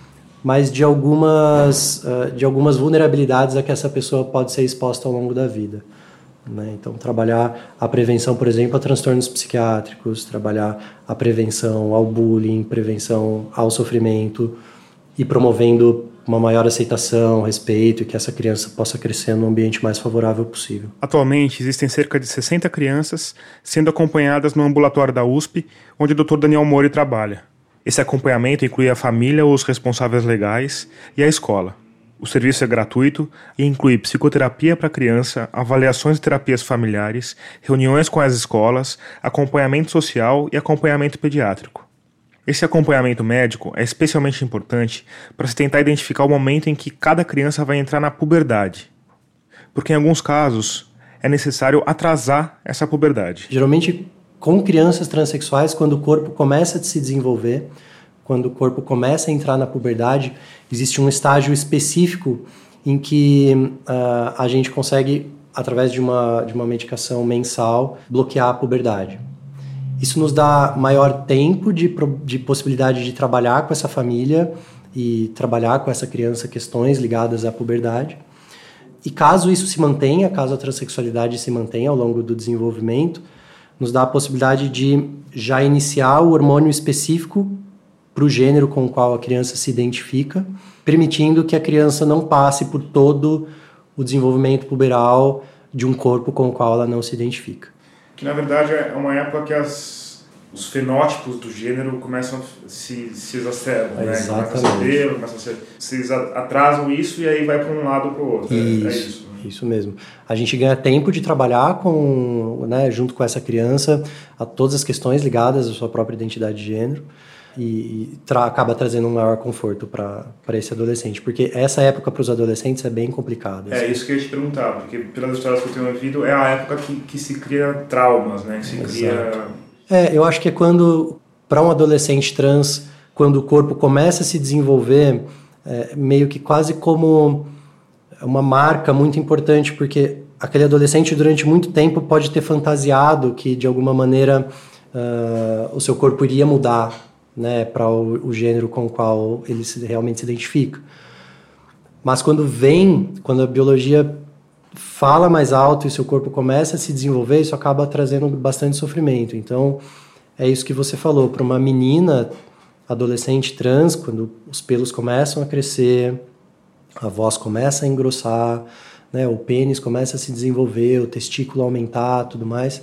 [SPEAKER 3] mas de algumas, uh, de algumas vulnerabilidades a que essa pessoa pode ser exposta ao longo da vida. Né? Então, trabalhar a prevenção, por exemplo, a transtornos psiquiátricos, trabalhar a prevenção ao bullying, prevenção ao sofrimento e promovendo uma maior aceitação, respeito e que essa criança possa crescer num ambiente mais favorável possível.
[SPEAKER 1] Atualmente, existem cerca de sessenta crianças sendo acompanhadas no ambulatório da U S P, onde o doutor Daniel Mori trabalha. Esse acompanhamento inclui a família ou os responsáveis legais e a escola. O serviço é gratuito e inclui psicoterapia para a criança, avaliações de terapias familiares, reuniões com as escolas, acompanhamento social e acompanhamento pediátrico. Esse acompanhamento médico é especialmente importante para se tentar identificar o momento em que cada criança vai entrar na puberdade, porque em alguns casos é necessário atrasar essa puberdade.
[SPEAKER 3] Geralmente, com crianças transexuais, quando o corpo começa a se desenvolver, quando o corpo começa a entrar na puberdade, existe um estágio específico em que uh, a gente consegue, através de uma, de uma medicação mensal, bloquear a puberdade. Isso nos dá maior tempo de, de possibilidade de trabalhar com essa família e trabalhar com essa criança questões ligadas à puberdade. E caso isso se mantenha, caso a transexualidade se mantenha ao longo do desenvolvimento, nos dá a possibilidade de já iniciar o hormônio específico para o gênero com o qual a criança se identifica, permitindo que a criança não passe por todo o desenvolvimento puberal de um corpo com o qual ela não se identifica.
[SPEAKER 4] Que na verdade é uma época que as, os fenótipos do gênero começam a se, se exacerbam, né?
[SPEAKER 3] Exatamente.
[SPEAKER 4] Começa a ser pelo, começa a ser, vocês atrasam isso e aí vai para um lado ou para o outro.
[SPEAKER 3] Isso,
[SPEAKER 4] é, é isso, né?
[SPEAKER 3] Isso mesmo. A gente ganha tempo de trabalhar com, né, junto com essa criança a todas as questões ligadas à sua própria identidade de gênero e tra- acaba trazendo um maior conforto para esse adolescente, porque essa época para os adolescentes é bem complicada.
[SPEAKER 4] É isso que eu ia te perguntar, porque pelas histórias que eu tenho ouvido, é a época que, que se cria traumas, né? Que se
[SPEAKER 3] Exato.
[SPEAKER 4] cria
[SPEAKER 3] É, eu acho que é quando, para um adolescente trans, quando o corpo começa a se desenvolver, é, meio que quase como uma marca muito importante, porque aquele adolescente durante muito tempo pode ter fantasiado que de alguma maneira uh, o seu corpo iria mudar, né, para o, o gênero com o qual ele se, realmente se identifica. Mas quando vem, quando a biologia fala mais alto e seu corpo começa a se desenvolver, isso acaba trazendo bastante sofrimento. Então, é isso que você falou, para uma menina adolescente trans, quando os pelos começam a crescer, a voz começa a engrossar, né, o pênis começa a se desenvolver, o testículo aumentar, tudo mais.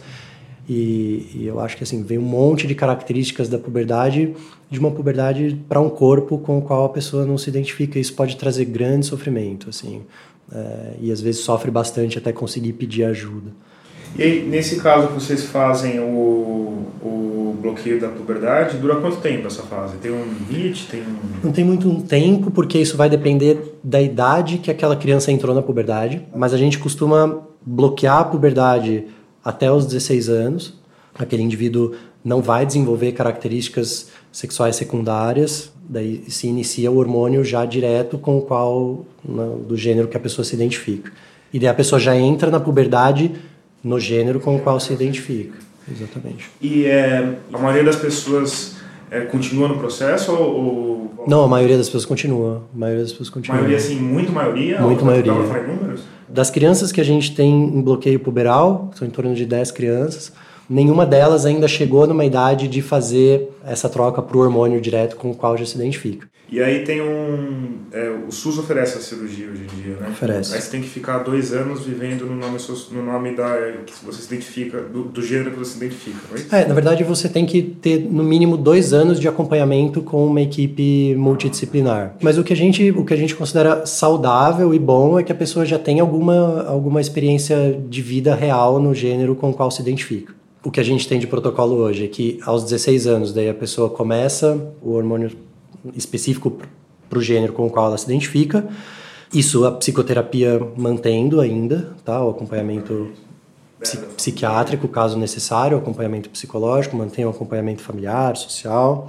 [SPEAKER 3] E, e eu acho que assim, vem um monte de características da puberdade, de uma puberdade para um corpo com o qual a pessoa não se identifica. Isso pode trazer grande sofrimento, assim, é, e às vezes sofre bastante até conseguir pedir ajuda.
[SPEAKER 1] E aí, nesse caso que vocês fazem o, o bloqueio da puberdade, dura quanto tempo essa fase? Tem um limite? Tem um...
[SPEAKER 3] Não tem muito um tempo, porque isso vai depender da idade que aquela criança entrou na puberdade, mas a gente costuma bloquear a puberdade até os dezesseis anos. Aquele indivíduo não vai desenvolver características sexuais secundárias, daí se inicia o hormônio já direto com o qual, né, do gênero que a pessoa se identifica. E daí a pessoa já entra na puberdade no gênero com o qual se identifica. Exatamente.
[SPEAKER 1] E é, a maioria das pessoas é, continua no processo ou, ou...
[SPEAKER 3] Não, a maioria das pessoas continua. A maioria das pessoas continua.
[SPEAKER 1] Maioria, assim, muito maioria?
[SPEAKER 3] Muito maioria.
[SPEAKER 1] Dá pra falar em números?
[SPEAKER 3] Das crianças que a gente tem em bloqueio puberal, são em torno de dez crianças, nenhuma delas ainda chegou numa idade de fazer essa troca para o hormônio direto com o qual já se identifica.
[SPEAKER 1] E aí tem um... É, o SUS oferece a cirurgia hoje em dia, né?
[SPEAKER 3] Oferece.
[SPEAKER 1] Aí você tem que ficar dois anos vivendo no nome, no nome da, que você se identifica, do, do gênero que você se identifica, não é isso?
[SPEAKER 3] É, na verdade você tem que ter no mínimo dois anos de acompanhamento com uma equipe multidisciplinar. Mas o que a gente, o que a gente considera saudável e bom é que a pessoa já tenha alguma, alguma experiência de vida real no gênero com o qual se identifica. O que a gente tem de protocolo hoje é que aos dezesseis anos daí a pessoa começa o hormônio específico para o gênero com o qual ela se identifica. Isso a psicoterapia mantendo ainda, tá? O acompanhamento psi- psiquiátrico, caso necessário, o acompanhamento psicológico, mantém o acompanhamento familiar, social.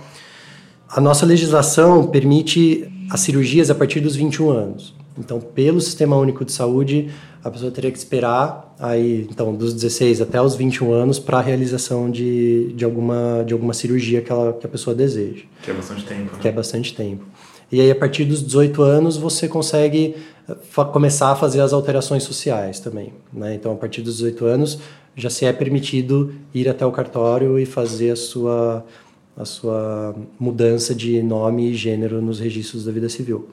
[SPEAKER 3] A nossa legislação permite as cirurgias a partir dos vinte e um anos. Então, pelo Sistema Único de Saúde, a pessoa teria que esperar aí, então, dos dezesseis até os vinte e um anos para a realização de, de, alguma, de alguma cirurgia que, ela, que a pessoa deseja.
[SPEAKER 1] Que é bastante tempo. Né?
[SPEAKER 3] Que é bastante tempo. E aí, a partir dos dezoito anos, você consegue fa- começar a fazer as alterações sociais também, né? Então, a partir dos dezoito anos, já se é permitido ir até o cartório e fazer a sua, a sua mudança de nome e gênero nos registros da vida civil.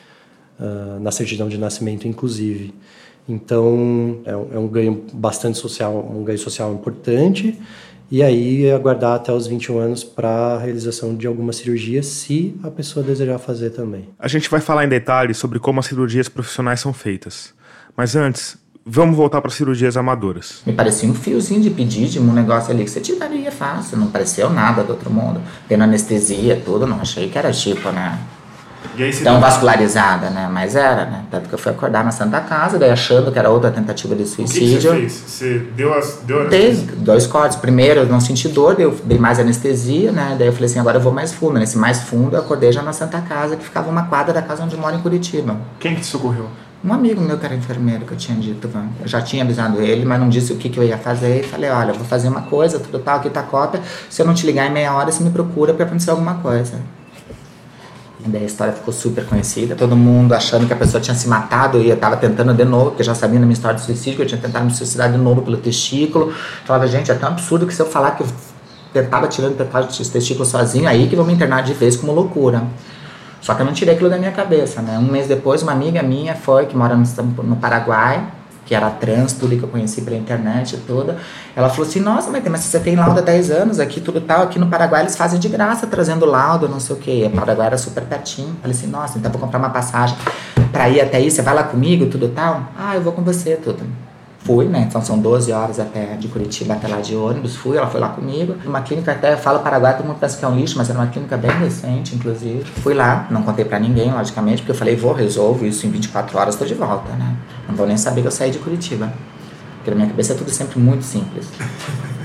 [SPEAKER 3] Uh, na certidão de nascimento, inclusive. Então, é um, é um ganho bastante social, um ganho social importante, e aí aguardar até os vinte e um anos para a realização de alguma cirurgia, se a pessoa desejar fazer também.
[SPEAKER 1] A gente vai falar em detalhes sobre como as cirurgias profissionais são feitas, mas antes, vamos voltar para cirurgias amadoras.
[SPEAKER 2] Me parecia um fiozinho de pedido, um negócio ali que você tiraria fácil, não pareceu nada do outro mundo. Tendo anestesia, tudo, não achei que era tipo, né?
[SPEAKER 1] E aí,
[SPEAKER 2] tão vascularizada, né? Mas era, né? Tanto que eu fui acordar na Santa Casa, daí achando que era outra tentativa de suicídio.
[SPEAKER 1] O que, que você fez? Você deu as deu
[SPEAKER 2] Dei dois cortes. Primeiro eu não senti dor, daí eu dei mais anestesia, né? Daí eu falei assim, agora eu vou mais fundo. Nesse mais fundo eu acordei já na Santa Casa, que ficava uma quadra da casa onde eu moro em Curitiba.
[SPEAKER 1] Quem que te socorreu?
[SPEAKER 2] Um amigo meu que era enfermeiro, que eu tinha dito, eu já tinha avisado ele, mas não disse o que, que eu ia fazer. E falei, olha, eu vou fazer uma coisa, tudo tal, aqui tá a cópia. Se eu não te ligar em meia hora, você me procura pra acontecer alguma coisa. E daí a história ficou super conhecida, todo mundo achando que a pessoa tinha se matado e eu tava tentando de novo, porque já sabia na minha história de suicídio que eu tinha tentado me suicidar de novo pelo testículo. Falava, gente, é tão absurdo que se eu falar que eu tentava tirando o testículo sozinho, aí que vão me internar de vez como loucura. Só que eu não tirei aquilo da minha cabeça, né? Um mês depois, uma amiga minha foi, que mora no, no Paraguai, que era trans, tudo que eu conheci pela internet e tudo. Ela falou assim, nossa, mas você tem laudo há dez anos, aqui tudo tal, aqui no Paraguai eles fazem de graça, trazendo laudo, não sei o quê. O Paraguai era super pertinho. Falei assim, nossa, então vou comprar uma passagem pra ir até aí, você vai lá comigo, tudo tal? Ah, eu vou com você, tudo. Fui, né, então são doze horas até de Curitiba até lá de ônibus, fui, ela foi lá comigo. Uma clínica, até fala Paraguai, todo mundo pensa que é um lixo, mas era uma clínica bem decente, inclusive. Fui lá, não contei pra ninguém, logicamente, porque eu falei, vou, resolvo isso em vinte e quatro horas, tô de volta, né. Não vou nem saber que eu saí de Curitiba, porque na minha cabeça é tudo sempre muito simples.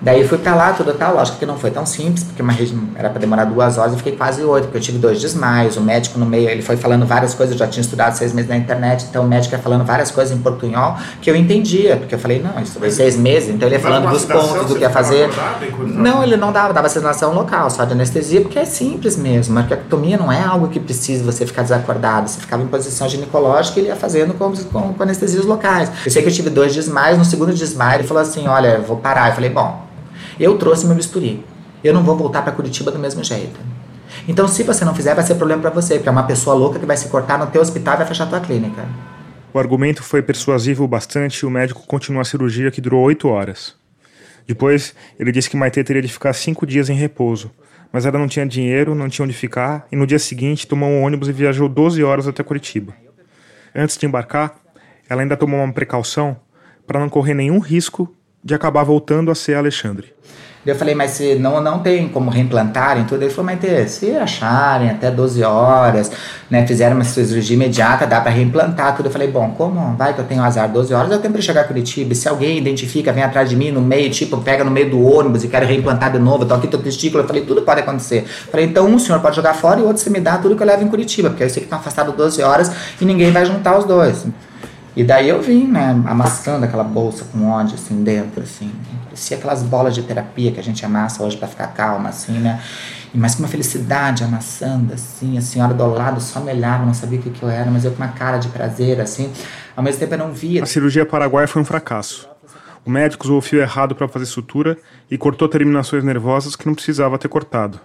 [SPEAKER 2] Daí fui pra lá, tudo tal, lógico que não foi tão simples, porque uma rede era pra demorar duas horas, eu fiquei quase oito, porque eu tive dois desmaios, o médico no meio, ele foi falando várias coisas, eu já tinha estudado seis meses na internet, então o médico ia falando várias coisas em portunhol, que eu entendia, porque eu falei, não, eu estudei seis meses, então ele ia falando dos pontos, do que ia fazer. Não, ele não dava, dava sedação local, só de anestesia, porque é simples mesmo, a arqueectomia não é algo que precisa você ficar desacordado, você ficava em posição ginecológica e ele ia fazendo com, com, com anestesias locais. Eu sei que eu tive dois desmaios, no segundo desmaio ele falou assim, olha, vou parar, eu falei, bom, eu trouxe meu bisturi. Eu não vou voltar para Curitiba do mesmo jeito. Então, se você não fizer, vai ser problema para você, porque é uma pessoa louca que vai se cortar no teu hospital e vai fechar a tua clínica.
[SPEAKER 1] O argumento foi persuasivo o bastante e o médico continuou a cirurgia, que durou oito horas. Depois, ele disse que Maitê teria de ficar cinco dias em repouso, mas ela não tinha dinheiro, não tinha onde ficar, e no dia seguinte tomou um ônibus e viajou doze horas até Curitiba. Antes de embarcar, ela ainda tomou uma precaução para não correr nenhum risco de acabar voltando a ser a Alexandre.
[SPEAKER 2] Eu falei, mas se não, não tem como reimplantarem tudo? Ele falou, mas se acharem até doze horas, né, fizeram uma cirurgia imediata, dá para reimplantar tudo. Eu falei, bom, como vai que eu tenho azar, doze horas, eu tenho para chegar a Curitiba, e se alguém identifica, vem atrás de mim no meio, tipo, pega no meio do ônibus e quer reimplantar de novo, tô aqui teu testículo, eu falei, tudo pode acontecer. Eu falei, então um senhor pode jogar fora e o outro você me dá tudo que eu levo em Curitiba, porque eu sei que estão afastados doze horas e ninguém vai juntar os dois. E daí eu vim, né, amassando aquela bolsa com ódio, assim, dentro, assim. Parecia aquelas bolas de terapia que a gente amassa hoje pra ficar calma, assim, né. E mas com uma felicidade, amassando, assim. A senhora do lado só me olhava, não sabia o que que eu era, mas eu com uma cara de prazer, assim. Ao mesmo tempo eu não via.
[SPEAKER 1] A cirurgia paraguaia foi um fracasso. O médico usou o fio errado para fazer sutura e cortou terminações nervosas que não precisava ter cortado.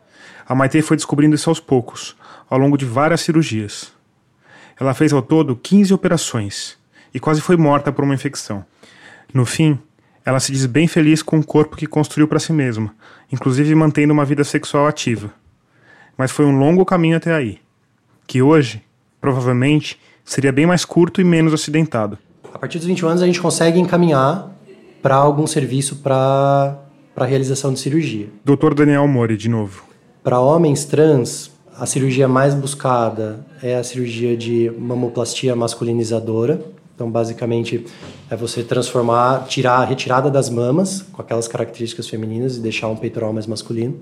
[SPEAKER 1] A Maitê foi descobrindo isso aos poucos, ao longo de várias cirurgias. Ela fez ao todo quinze operações e quase foi morta por uma infecção. No fim, ela se diz bem feliz com o corpo que construiu para si mesma, inclusive mantendo uma vida sexual ativa. Mas foi um longo caminho até aí, que hoje, provavelmente, seria bem mais curto e menos acidentado.
[SPEAKER 3] A partir dos vinte e um anos a gente consegue encaminhar para algum serviço para a realização de cirurgia.
[SPEAKER 1] doutor Daniel Mori, de novo.
[SPEAKER 3] Para homens trans, a cirurgia mais buscada é a cirurgia de mamoplastia masculinizadora. Então, basicamente, é você transformar, tirar a retirada das mamas, com aquelas características femininas, e deixar um peitoral mais masculino.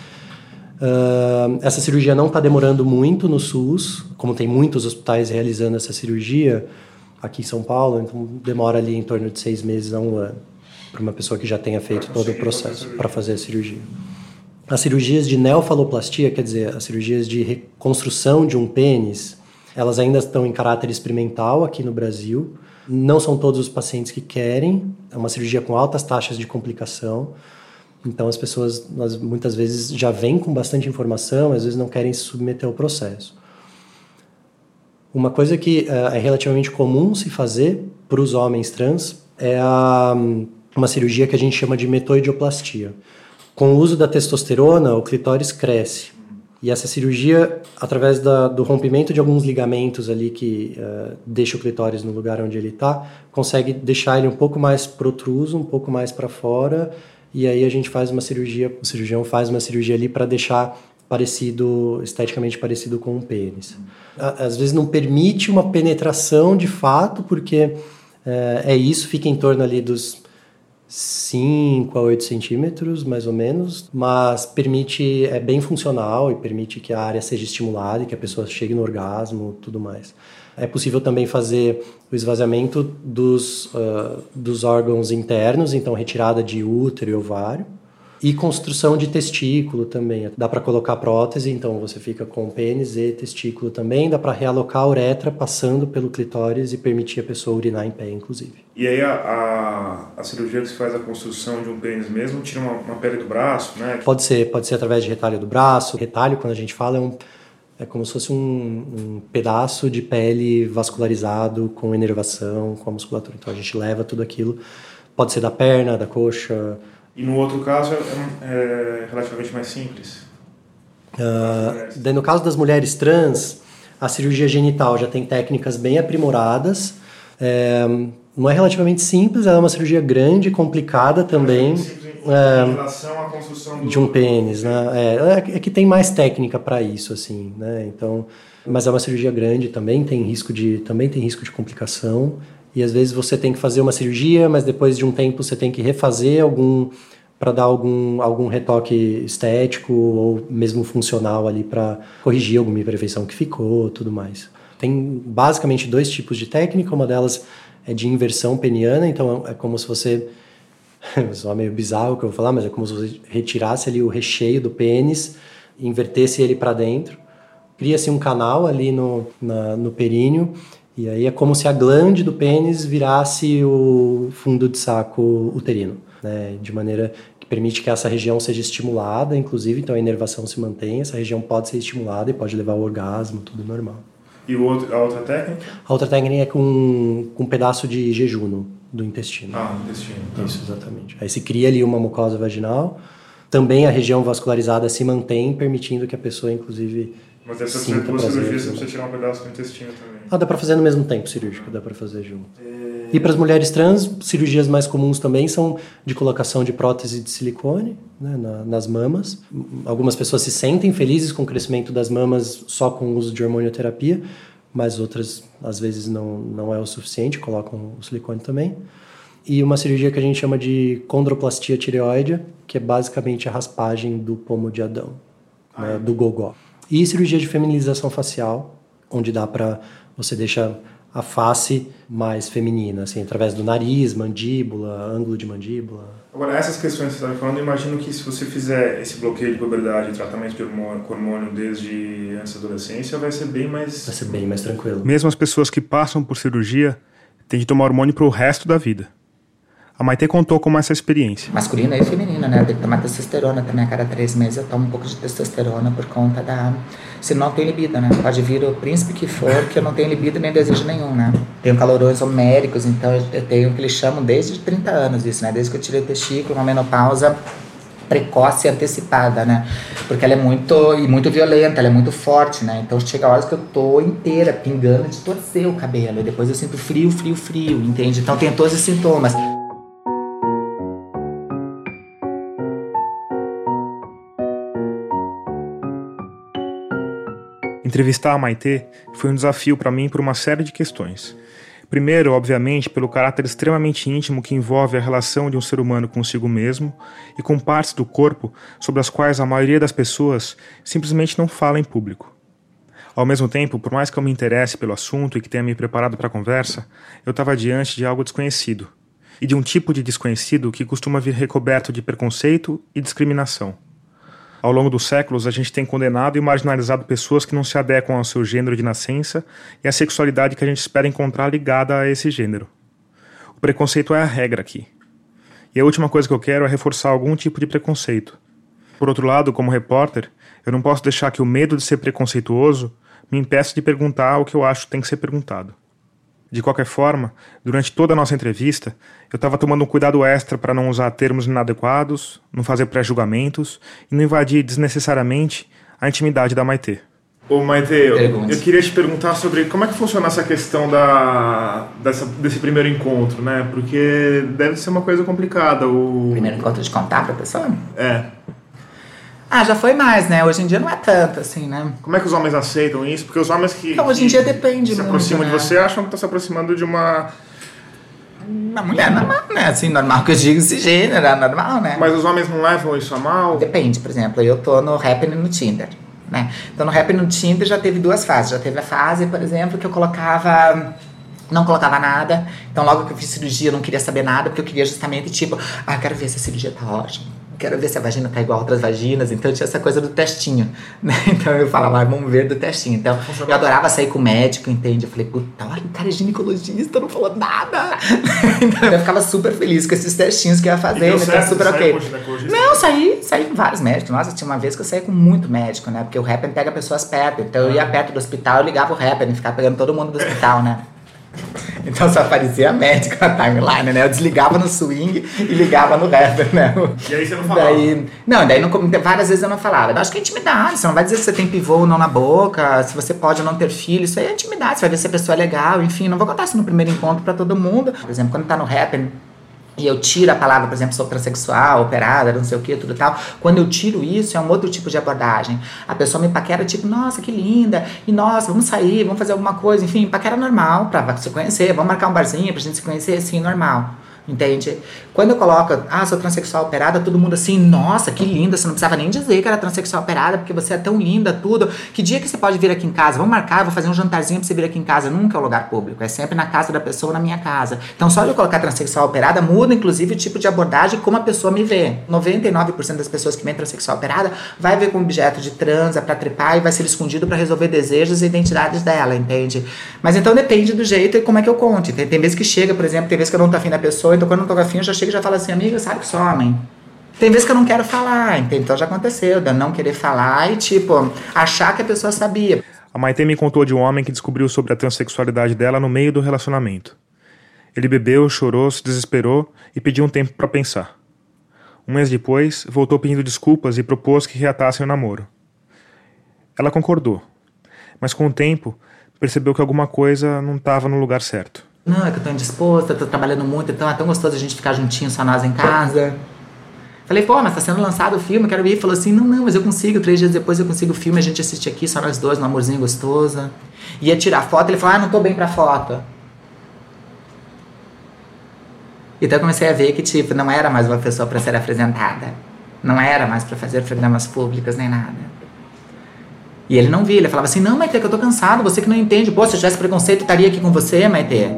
[SPEAKER 3] Uh, essa cirurgia não está demorando muito no SUS, como tem muitos hospitais realizando essa cirurgia aqui em São Paulo, então demora ali em torno de seis meses a um ano, para uma pessoa que já tenha feito todo o processo para fazer a cirurgia. As cirurgias de neofaloplastia, quer dizer, as cirurgias de reconstrução de um pênis, elas ainda estão em caráter experimental aqui no Brasil. Não são todos os pacientes que querem. É uma cirurgia com altas taxas de complicação. Então, as pessoas nós, muitas vezes já vêm com bastante informação, às vezes não querem se submeter ao processo. Uma coisa que uh, é relativamente comum se fazer para os homens trans é a, uma cirurgia que a gente chama de metoidioplastia. Com o uso da testosterona, o clitóris cresce. E essa cirurgia, através da, do rompimento de alguns ligamentos ali que uh, deixa o clitóris no lugar onde ele está, consegue deixar ele um pouco mais protruso, um pouco mais para fora, e aí a gente faz uma cirurgia, o cirurgião faz uma cirurgia ali para deixar parecido, esteticamente parecido com um pênis. Às vezes não permite uma penetração de fato, porque uh, é isso, fica em torno ali dos cinco a oito centímetros, mais ou menos, mas permite, é bem funcional e permite que a área seja estimulada e que a pessoa chegue no orgasmo, tudo mais. É possível também fazer o esvaziamento dos, uh, dos órgãos internos, então retirada de útero e ovário, e construção de testículo também. Dá para colocar prótese, então você fica com pênis e testículo também. Dá para realocar a uretra passando pelo clitóris e permitir a pessoa urinar em pé, inclusive.
[SPEAKER 1] E aí a, a, a cirurgia que se faz a construção de um pênis mesmo tira uma, uma pele do braço, né?
[SPEAKER 3] Pode ser, pode ser através de retalho do braço. Retalho, quando a gente fala, é, um, é como se fosse um, um pedaço de pele vascularizado com inervação, com a musculatura. Então a gente leva tudo aquilo. Pode ser da perna, da coxa.
[SPEAKER 1] E no outro caso é, é relativamente mais simples?
[SPEAKER 3] Uh, daí no caso das mulheres trans, a cirurgia genital já tem técnicas bem aprimoradas. É, não é relativamente simples, ela é uma cirurgia grande, complicada também.
[SPEAKER 1] Em relação à construção do...
[SPEAKER 3] de um pênis, né? É, é que tem mais técnica para isso, assim, né? Então, mas é uma cirurgia grande também, tem risco de, também tem risco de complicação. E às vezes você tem que fazer uma cirurgia, mas depois de um tempo você tem que refazer algum, para dar algum, algum retoque estético ou mesmo funcional ali para corrigir alguma imperfeição que ficou, tudo mais. Tem basicamente dois tipos de técnica, uma delas é de inversão peniana, então é como se você, isso é meio bizarro o que eu vou falar, mas é como se você retirasse ali o recheio do pênis, invertesse ele para dentro, cria-se um canal ali no, na, no períneo, e aí é como se a glande do pênis virasse o fundo de saco uterino, né? De maneira que permite que essa região seja estimulada, inclusive, então a inervação se mantém, essa região pode ser estimulada e pode levar ao orgasmo, tudo normal.
[SPEAKER 4] E o outro, a outra técnica?
[SPEAKER 3] A outra técnica é com, com um pedaço de jejuno do intestino.
[SPEAKER 4] Ah, do intestino. Tá.
[SPEAKER 3] Isso, exatamente. Aí se cria ali uma mucosa vaginal, também a região vascularizada se mantém, permitindo que a pessoa, inclusive,
[SPEAKER 4] Mas dessa
[SPEAKER 3] sinta
[SPEAKER 4] duas
[SPEAKER 3] prazer.
[SPEAKER 4] cirurgias você precisa tirar um pedaço do intestino também.
[SPEAKER 3] Ah, dá pra fazer no mesmo tempo cirúrgico, dá pra fazer junto. E para as mulheres trans, cirurgias mais comuns também são de colocação de prótese de silicone, né, na, nas mamas. Algumas pessoas se sentem felizes com o crescimento das mamas só com o uso de hormonioterapia, mas outras, às vezes, não, não é o suficiente, colocam o silicone também. E uma cirurgia que a gente chama de condroplastia tireoide, que é basicamente a raspagem do pomo de Adão, ah, né, é. do gogó. E cirurgia de feminização facial, onde dá para você deixar a face mais feminina, assim, através do nariz, mandíbula, ângulo de mandíbula. Agora,
[SPEAKER 4] essas questões que você está falando, eu imagino que se você fizer esse bloqueio de puberdade, tratamento de hormônio, com hormônio desde antes da adolescência, vai ser bem mais...
[SPEAKER 3] Vai ser bem mais tranquilo.
[SPEAKER 1] Mesmo as pessoas que passam por cirurgia têm de tomar hormônio para o resto da vida. A Maitê contou como essa experiência.
[SPEAKER 2] Masculina e feminina, né? Tem que tomar testosterona também. A cada três meses eu tomo um pouco de testosterona por conta da... Se não tenho libido, né? Pode vir o príncipe que for, que eu não tenho libido nem desejo nenhum, né? Tenho calorões homéricos, então eu tenho o que eles chamam desde trinta anos isso, né? Desde que eu tirei o testículo, uma menopausa precoce e antecipada, né? Porque ela é muito, e muito violenta, ela é muito forte, né? Então chega horas que eu tô inteira, pingando de torcer o cabelo. E depois eu sinto frio, frio, frio, entende? Então tem todos os sintomas.
[SPEAKER 1] Entrevistar a Maitê foi um desafio para mim por uma série de questões. Primeiro, obviamente, pelo caráter extremamente íntimo que envolve a relação de um ser humano consigo mesmo e com partes do corpo sobre as quais a maioria das pessoas simplesmente não fala em público. Ao mesmo tempo, por mais que eu me interesse pelo assunto e que tenha me preparado para a conversa, eu estava diante de algo desconhecido, e de um tipo de desconhecido que costuma vir recoberto de preconceito e discriminação. Ao longo dos séculos, a gente tem condenado e marginalizado pessoas que não se adequam ao seu gênero de nascença e à sexualidade que a gente espera encontrar ligada a esse gênero. O preconceito é a regra aqui. E a última coisa que eu quero é reforçar algum tipo de preconceito. Por outro lado, como repórter, eu não posso deixar que o medo de ser preconceituoso me impeça de perguntar o que eu acho que tem que ser perguntado. De qualquer forma, durante toda a nossa entrevista, eu estava tomando um cuidado extra para não usar termos inadequados, não fazer pré-julgamentos e não invadir desnecessariamente a intimidade da Maitê.
[SPEAKER 4] Ô Maitê, eu, eu queria te perguntar sobre como é que funciona essa questão da, dessa, desse primeiro encontro, né? Porque deve ser uma coisa complicada. O
[SPEAKER 2] primeiro encontro de contar pra pessoa?
[SPEAKER 4] É.
[SPEAKER 2] Ah, já foi mais, né? Hoje em dia não é tanto, assim, né?
[SPEAKER 4] Como é que os homens aceitam isso? Porque os homens que,
[SPEAKER 2] então, hoje em dia depende
[SPEAKER 4] se
[SPEAKER 2] muito,
[SPEAKER 4] aproximam
[SPEAKER 2] né?
[SPEAKER 4] de você acham que estão se aproximando de uma...
[SPEAKER 2] Uma mulher normal, né? Assim, normal que eu digo cisgênero, é normal, né?
[SPEAKER 4] Mas os homens não levam isso a mal?
[SPEAKER 2] Depende, por exemplo, eu tô no Happn no Tinder, né? Então no Happn no Tinder já teve duas fases. Já teve a fase, por exemplo, que eu colocava... Não colocava nada. Então logo que eu fiz cirurgia eu não queria saber nada, porque eu queria justamente, tipo... Ah, quero ver se a cirurgia tá ótima. Quero ver se a vagina tá igual a outras vaginas. Então tinha essa coisa do testinho, né? Então eu falava, ah, vamos ver do testinho. Então eu adorava sair com o médico, entende? Eu falei, puta, olha, o cara é ginecologista, não falou nada. Então eu ficava super feliz com esses testinhos que eu ia fazer. Então
[SPEAKER 4] certo,
[SPEAKER 2] super ok.
[SPEAKER 4] Não,
[SPEAKER 2] saí, saí com vários médicos. Nossa, tinha uma vez que eu saí com muito médico, né? Porque o Happn pega pessoas perto. Então eu ia perto do hospital, eu ligava o Happn e ficava pegando todo mundo do hospital, né? Então só aparecia médico na timeline, né? Eu desligava no swing e ligava no rapper, né?
[SPEAKER 4] E aí você não falava?
[SPEAKER 2] Daí, não, daí não, várias vezes eu não falava. Eu acho que é intimidade, você não vai dizer se você tem pivô ou não na boca, se você pode ou não ter filho, isso aí é intimidade, você vai ver se a pessoa é legal, enfim, não vou contar isso no primeiro encontro pra todo mundo. Por exemplo, quando tá no rapper e eu tiro a palavra, por exemplo, sou transexual, operada, não sei o que, tudo tal. Quando eu tiro isso, é um outro tipo de abordagem. A pessoa me paquera, tipo, nossa, que linda, e nossa, vamos sair, vamos fazer alguma coisa, enfim, paquera normal, pra se conhecer, vamos marcar um barzinho pra gente se conhecer, assim, normal. Entende? Quando eu coloco, ah, sou transexual operada, todo mundo assim, nossa, que linda, você não precisava nem dizer que era transexual operada, porque você é tão linda, tudo. Que dia que você pode vir aqui em casa? Vamos marcar, eu vou fazer um jantarzinho pra você vir aqui em casa. Nunca é um lugar público, é sempre na casa da pessoa, na minha casa. Então só de eu colocar transexual operada, muda inclusive o tipo de abordagem, como a pessoa me vê. noventa e nove por cento das pessoas que vêm transexual operada vai ver com objeto de transa pra trepar e vai ser escondido pra resolver desejos e identidades dela, entende? Mas então depende do jeito e como é que eu conto. Tem, tem vezes que chega, por exemplo, tem vezes que eu não tô afim da pessoa, então quando eu não tô afim, eu já chego e já falo assim, amiga, sabe que sou homem? Tem vezes que eu não quero falar, então já aconteceu, de eu não querer falar e, tipo, achar que a pessoa sabia.
[SPEAKER 1] A Maitê me contou de um homem que descobriu sobre a transexualidade dela no meio do relacionamento. Ele bebeu, chorou, se desesperou e pediu um tempo para pensar. Um mês depois, voltou pedindo desculpas e propôs que reatassem o namoro. Ela concordou, mas com o tempo, percebeu que alguma coisa não estava no lugar certo.
[SPEAKER 2] Não, é que eu tô indisposta, tô trabalhando muito, então é tão gostoso a gente ficar juntinho, só nós em casa. Falei, pô, mas tá sendo lançado o filme, quero ir. Falou assim, não, não, mas eu consigo, três dias depois eu consigo o filme, a gente assiste aqui, só nós dois, um amorzinho gostoso. Ia tirar foto, ele falou, ah, não tô bem pra foto. Então eu comecei a ver que, tipo, não era mais uma pessoa pra ser apresentada. Não era mais pra fazer programas públicos, nem nada. E ele não via, ele falava assim, não, Maitê, que eu tô cansado, você que não entende. Pô, se eu tivesse preconceito, eu estaria aqui com você, Maitê.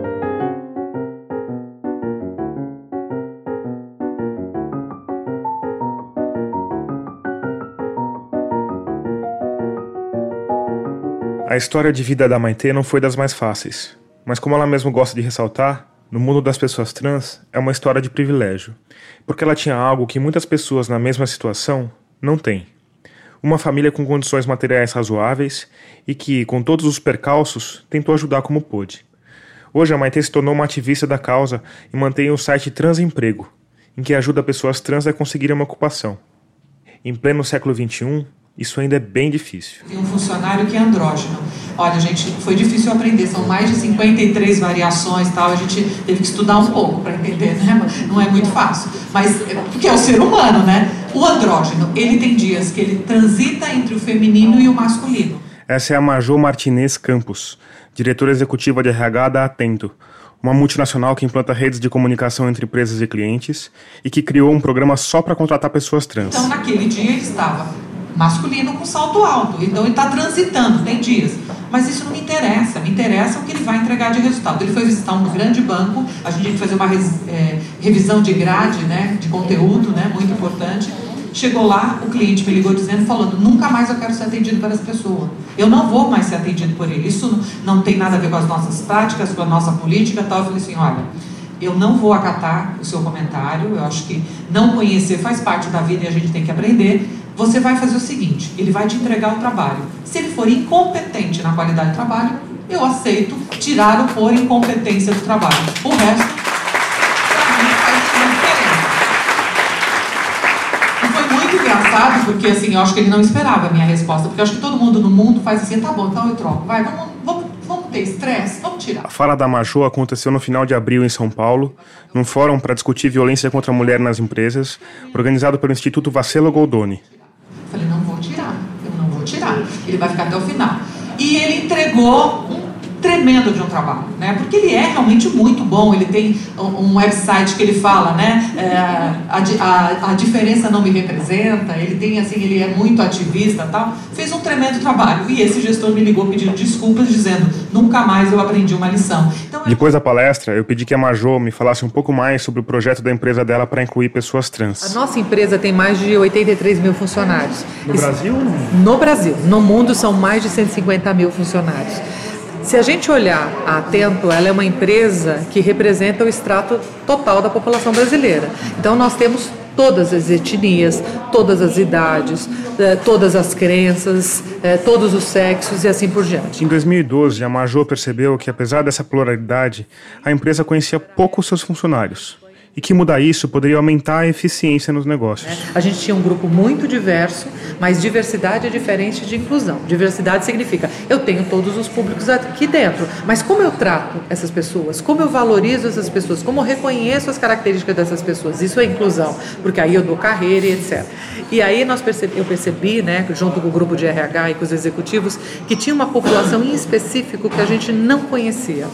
[SPEAKER 1] A história de vida da Maitê não foi das mais fáceis, mas como ela mesma gosta de ressaltar, no mundo das pessoas trans é uma história de privilégio, porque ela tinha algo que muitas pessoas na mesma situação não têm. Uma família com condições materiais razoáveis e que, com todos os percalços, tentou ajudar como pôde. Hoje a Maitê se tornou uma ativista da causa e mantém o site Transemprego, em que ajuda pessoas trans a conseguirem uma ocupação. Em pleno século vinte e um, isso ainda é bem difícil.
[SPEAKER 5] Tem um funcionário que é andrógeno. Olha, gente, foi difícil aprender, são mais de cinquenta e três variações e tal, a gente teve que estudar um pouco para entender, né? Não é muito fácil, mas porque é o ser humano, né? O andrógeno, ele tem dias que ele transita entre o feminino e o masculino.
[SPEAKER 1] Essa é a Majô Martinez Campos, diretora executiva de R H da Atento, uma multinacional que implanta redes de comunicação entre empresas e clientes e que criou um programa só para contratar pessoas trans.
[SPEAKER 5] Então, naquele dia ele estava masculino com salto alto, então ele está transitando, tem dias. Mas isso não me interessa, me interessa o que ele vai entregar de resultado. Ele foi visitar um grande banco, a gente tinha que fazer uma res, é, revisão de grade, né, de conteúdo, né, muito importante. Chegou lá, o cliente me ligou dizendo, falando, nunca mais eu quero ser atendido por essa pessoa. Eu não vou mais ser atendido por ele. Isso não tem nada a ver com as nossas práticas, com a nossa política e tal. Eu falei assim, olha, eu não vou acatar o seu comentário, eu acho que não conhecer faz parte da vida e a gente tem que aprender. Você vai fazer o seguinte, ele vai te entregar o trabalho. Se ele for incompetente na qualidade do trabalho, eu aceito tirar-o por incompetência do trabalho. O resto, para mim, faz diferença. E foi muito engraçado, porque assim, eu acho que ele não esperava a minha resposta, porque eu acho que todo mundo no mundo faz assim, tá bom, então eu troco, vai, vamos, vamos, vamos ter estresse, vamos tirar.
[SPEAKER 1] A fala da Majô aconteceu no final de abril em São Paulo, num fórum para discutir violência contra a mulher nas empresas, organizado pelo Instituto Vacelo Goldoni.
[SPEAKER 5] Falei, não vou tirar, eu não vou tirar, ele vai ficar até o final. E ele entregou um tremendo de um trabalho, né? Porque ele é realmente muito bom, ele tem um, um website que ele fala, né? É, a, a, a diferença não me representa, ele tem assim, ele é muito ativista e tal, fez um tremendo trabalho. E esse gestor me ligou pedindo desculpas, dizendo, nunca mais eu aprendi uma lição. Então,
[SPEAKER 1] Depois da palestra, eu pedi que a Majô me falasse um pouco mais sobre o projeto da empresa dela para incluir pessoas trans.
[SPEAKER 6] A nossa empresa tem mais de oitenta e três mil funcionários.
[SPEAKER 1] No Isso, Brasil ou no mundo?
[SPEAKER 6] No Brasil. No mundo são mais de cento e cinquenta mil funcionários. Se a gente olhar a Atento, ela é uma empresa que representa o extrato total da população brasileira. Então nós temos todas as etnias, todas as idades, todas as crenças, todos os sexos e assim por diante.
[SPEAKER 1] Em dois mil e doze, a Majô percebeu que, apesar dessa pluralidade, a empresa conhecia pouco os seus funcionários. E que mudar isso poderia aumentar a eficiência nos negócios.
[SPEAKER 6] A gente tinha um grupo muito diverso, mas diversidade é diferente de inclusão. Diversidade significa, eu tenho todos os públicos aqui dentro, mas como eu trato essas pessoas, como eu valorizo essas pessoas, como eu reconheço as características dessas pessoas, isso é inclusão, porque aí eu dou carreira e etcétera. E aí nós percebi, eu percebi, né, junto com o grupo de R H e com os executivos, que tinha uma população em específico que a gente não conhecia,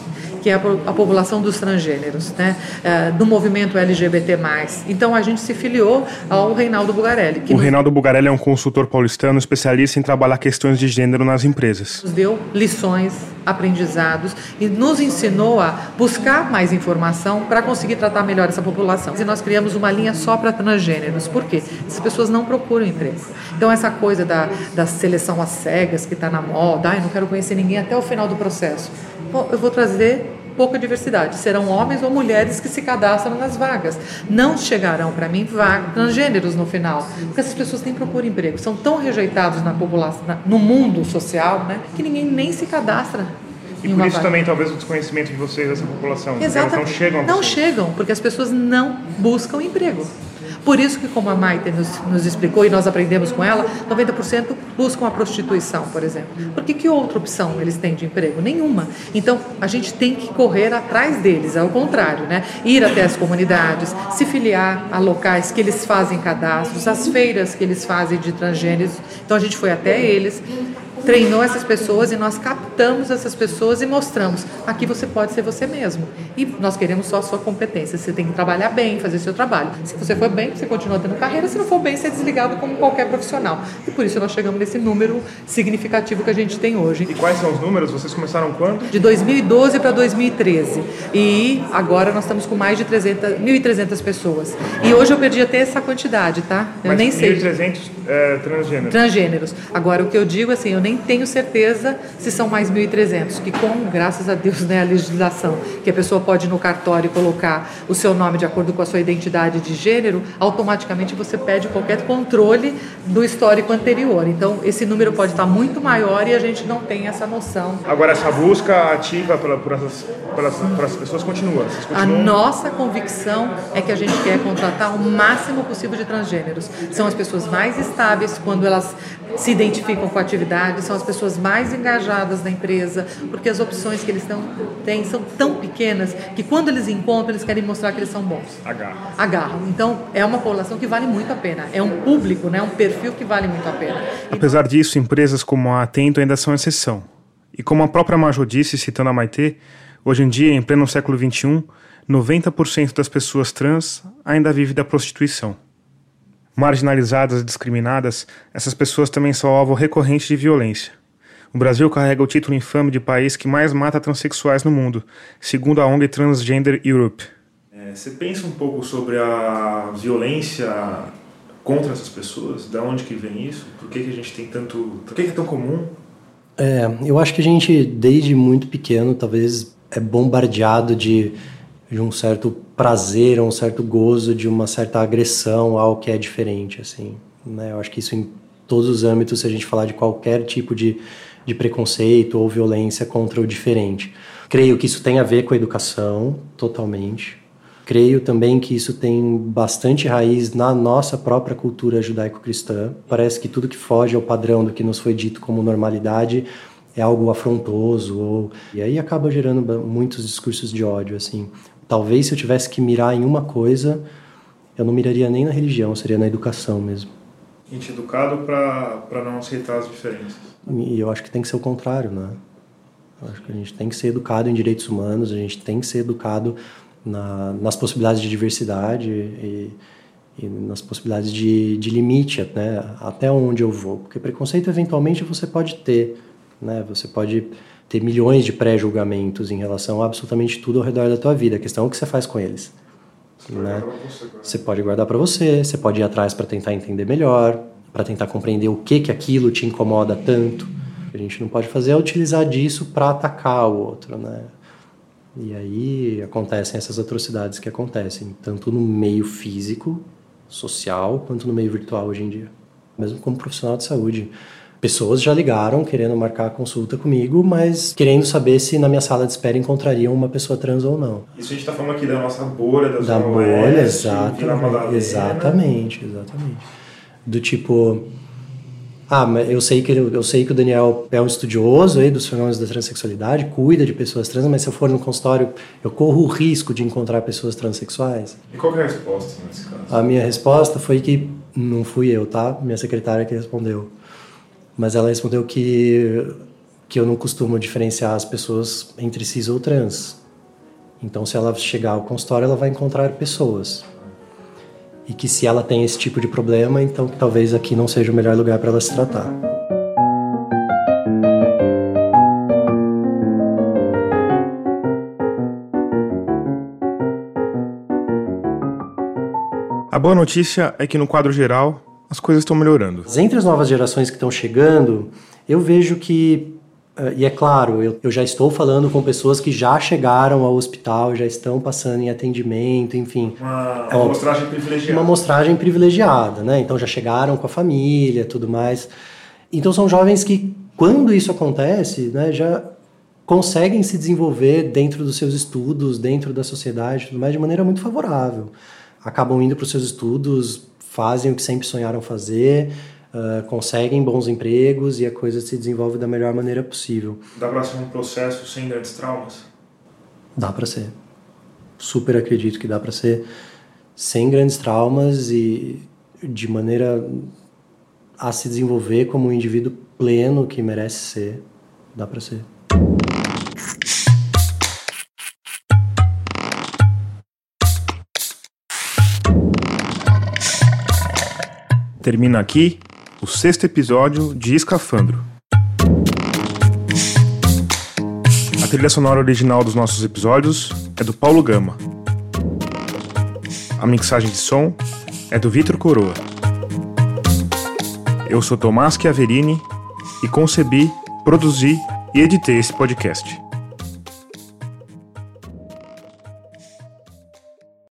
[SPEAKER 6] que é a, a população dos transgêneros, né? É, do movimento L G B T mais. Então a gente se filiou ao Reinaldo Bugarelli. Que
[SPEAKER 1] o
[SPEAKER 6] nos...
[SPEAKER 1] Reinaldo Bugarelli é um consultor paulistano especialista em trabalhar questões de gênero nas empresas.
[SPEAKER 6] Nos deu lições, aprendizados e nos ensinou a buscar mais informação para conseguir tratar melhor essa população. E nós criamos uma linha só para transgêneros. Por quê? Essas pessoas não procuram emprego. Então essa coisa da, da seleção às cegas que está na moda, ai, não quero conhecer ninguém até o final do processo. Bom, eu vou trazer pouca diversidade. Serão homens ou mulheres que se cadastram nas vagas. Não chegarão para mim vagas transgêneros no final, porque essas pessoas nem procuram emprego. São tão rejeitados na população, na, no mundo social, né, que ninguém nem se cadastra.
[SPEAKER 1] E por isso vaga. Também talvez o desconhecimento de vocês dessa população.
[SPEAKER 6] Exatamente.
[SPEAKER 1] Elas não chegam.
[SPEAKER 6] Não chegam, porque as pessoas não buscam emprego. Por isso que, como a Maite nos, nos explicou e nós aprendemos com ela, noventa por cento buscam a prostituição, por exemplo. Porque que outra opção eles têm de emprego? Nenhuma. Então, a gente tem que correr atrás deles, ao contrário, né? Ir até as comunidades, se filiar a locais que eles fazem cadastros, as feiras que eles fazem de transgêneros. Então, a gente foi até eles, treinou essas pessoas e nós captamos essas pessoas e mostramos, aqui você pode ser você mesmo. E nós queremos só a sua competência. Você tem que trabalhar bem, fazer seu trabalho. Se você for bem, você continua tendo carreira. Se não for bem, você é desligado como qualquer profissional. E por isso nós chegamos nesse número significativo que a gente tem hoje.
[SPEAKER 1] E quais são os números? Vocês começaram quando?
[SPEAKER 6] De dois mil e doze para dois mil e treze. E agora nós estamos com mais de mil e trezentas pessoas. E hoje eu perdi até essa quantidade, tá? Eu
[SPEAKER 1] Mas
[SPEAKER 6] nem sei.
[SPEAKER 1] mil e trezentos é, transgêneros.
[SPEAKER 6] Transgêneros. Agora, o que eu digo, assim, eu nem tenho certeza se são mais mil e trezentos, que com, graças a Deus, né, a legislação, que a pessoa pode ir no cartório colocar o seu nome de acordo com a sua identidade de gênero, automaticamente você pede qualquer controle do histórico anterior. Então, esse número pode estar muito maior e a gente não tem essa noção.
[SPEAKER 1] Agora, essa busca ativa por, por, essas, por, essas, por essas pessoas continua? continuam?
[SPEAKER 6] A nossa convicção é que a gente quer contratar o máximo possível de transgêneros. São as pessoas mais estáveis quando elas se identificam com a atividade, são as pessoas mais engajadas na empresa, porque as opções que eles tão, têm são tão pequenas que quando eles encontram, eles querem mostrar que eles são bons.
[SPEAKER 1] Agarram.
[SPEAKER 6] Agarram. Então, é uma população que vale muito a pena. É um público, né, um perfil que vale muito a pena.
[SPEAKER 1] Apesar disso, empresas como a Atento ainda são exceção. E como a própria Major disse, citando a Maitê, hoje em dia, em pleno século vinte e um, noventa por cento das pessoas trans ainda vivem da prostituição. Marginalizadas e discriminadas, essas pessoas também são alvo recorrente de violência. O Brasil carrega o título infame de país que mais mata transexuais no mundo, segundo a O N G Transgender Europe. É, você pensa um pouco sobre a violência contra essas pessoas? De onde que vem isso? Por que, que a gente tem tanto... Por que, que é tão comum?
[SPEAKER 3] É, eu acho que a gente, desde muito pequeno, talvez é bombardeado de... de um certo prazer, um certo gozo, de uma certa agressão ao que é diferente, assim, né? Eu acho que isso em todos os âmbitos, se a gente falar de qualquer tipo de, de preconceito ou violência contra o diferente. Creio que isso tem a ver com a educação, totalmente. Creio também que isso tem bastante raiz na nossa própria cultura judaico-cristã. Parece que tudo que foge ao padrão do que nos foi dito como normalidade é algo afrontoso, ou... e aí acaba gerando muitos discursos de ódio, assim. Talvez se eu tivesse que mirar em uma coisa, eu não miraria nem na religião, seria na educação mesmo.
[SPEAKER 1] A gente é educado para não aceitar as diferenças.
[SPEAKER 3] E eu acho que tem que ser o contrário, né? Eu acho que a gente tem que ser educado em direitos humanos, a gente tem que ser educado na, nas possibilidades de diversidade e, e nas possibilidades de, de limite, né? Até onde eu vou. Porque preconceito, eventualmente, você pode ter, né? Você pode ter milhões de pré-julgamentos em relação a absolutamente tudo ao redor da tua vida. A questão é o que você faz com eles. Você, né? você, você pode guardar para você, você pode ir atrás para tentar entender melhor, para tentar compreender o que que aquilo te incomoda tanto. O que a gente não pode fazer é utilizar disso para atacar o outro, né? E aí acontecem essas atrocidades que acontecem, tanto no meio físico, social, quanto no meio virtual hoje em dia. Mesmo como profissional de saúde. Pessoas já ligaram querendo marcar a consulta comigo, mas querendo saber se na minha sala de espera encontrariam uma pessoa trans ou não.
[SPEAKER 1] Isso a gente está falando aqui da nossa bolha, da,
[SPEAKER 3] da bolha, oeste, exatamente, exatamente, exatamente. Do tipo, ah, mas eu sei que eu sei que o Daniel é um estudioso aí dos fenômenos da transexualidade, cuida de pessoas trans, mas se eu for no consultório, eu corro o risco de encontrar pessoas transexuais.
[SPEAKER 1] E qual que é a resposta nesse caso?
[SPEAKER 3] A minha resposta foi que não fui eu, tá? Minha secretária que respondeu. Mas ela respondeu que, que eu não costumo diferenciar as pessoas entre cis ou trans. Então, se ela chegar ao consultório, ela vai encontrar pessoas. E que se ela tem esse tipo de problema, então talvez aqui não seja o melhor lugar para ela se tratar.
[SPEAKER 1] A boa notícia é que, no quadro geral, as coisas estão melhorando.
[SPEAKER 3] Entre as novas gerações que estão chegando, eu vejo que, e é claro, eu, eu já estou falando com pessoas que já chegaram ao hospital, já estão passando em atendimento, enfim.
[SPEAKER 4] Uma amostragem privilegiada.
[SPEAKER 3] Uma amostragem privilegiada, né? Então já chegaram com a família, tudo mais. Então são jovens que, quando isso acontece, né, já conseguem se desenvolver dentro dos seus estudos, dentro da sociedade, tudo mais, de maneira muito favorável. Acabam indo para os seus estudos, fazem o que sempre sonharam fazer, uh, conseguem bons empregos e a coisa se desenvolve da melhor maneira possível.
[SPEAKER 4] Dá para ser um processo sem grandes traumas?
[SPEAKER 3] Dá para ser. Super acredito que dá para ser sem grandes traumas e de maneira a se desenvolver como um indivíduo pleno que merece ser. Dá para ser.
[SPEAKER 1] Termina aqui o sexto episódio de Escafandro. A trilha sonora original dos nossos episódios é do Paulo Gama. A mixagem de som é do Vitor Coroa. Eu sou Tomás Chiaverini e concebi, produzi e editei esse podcast.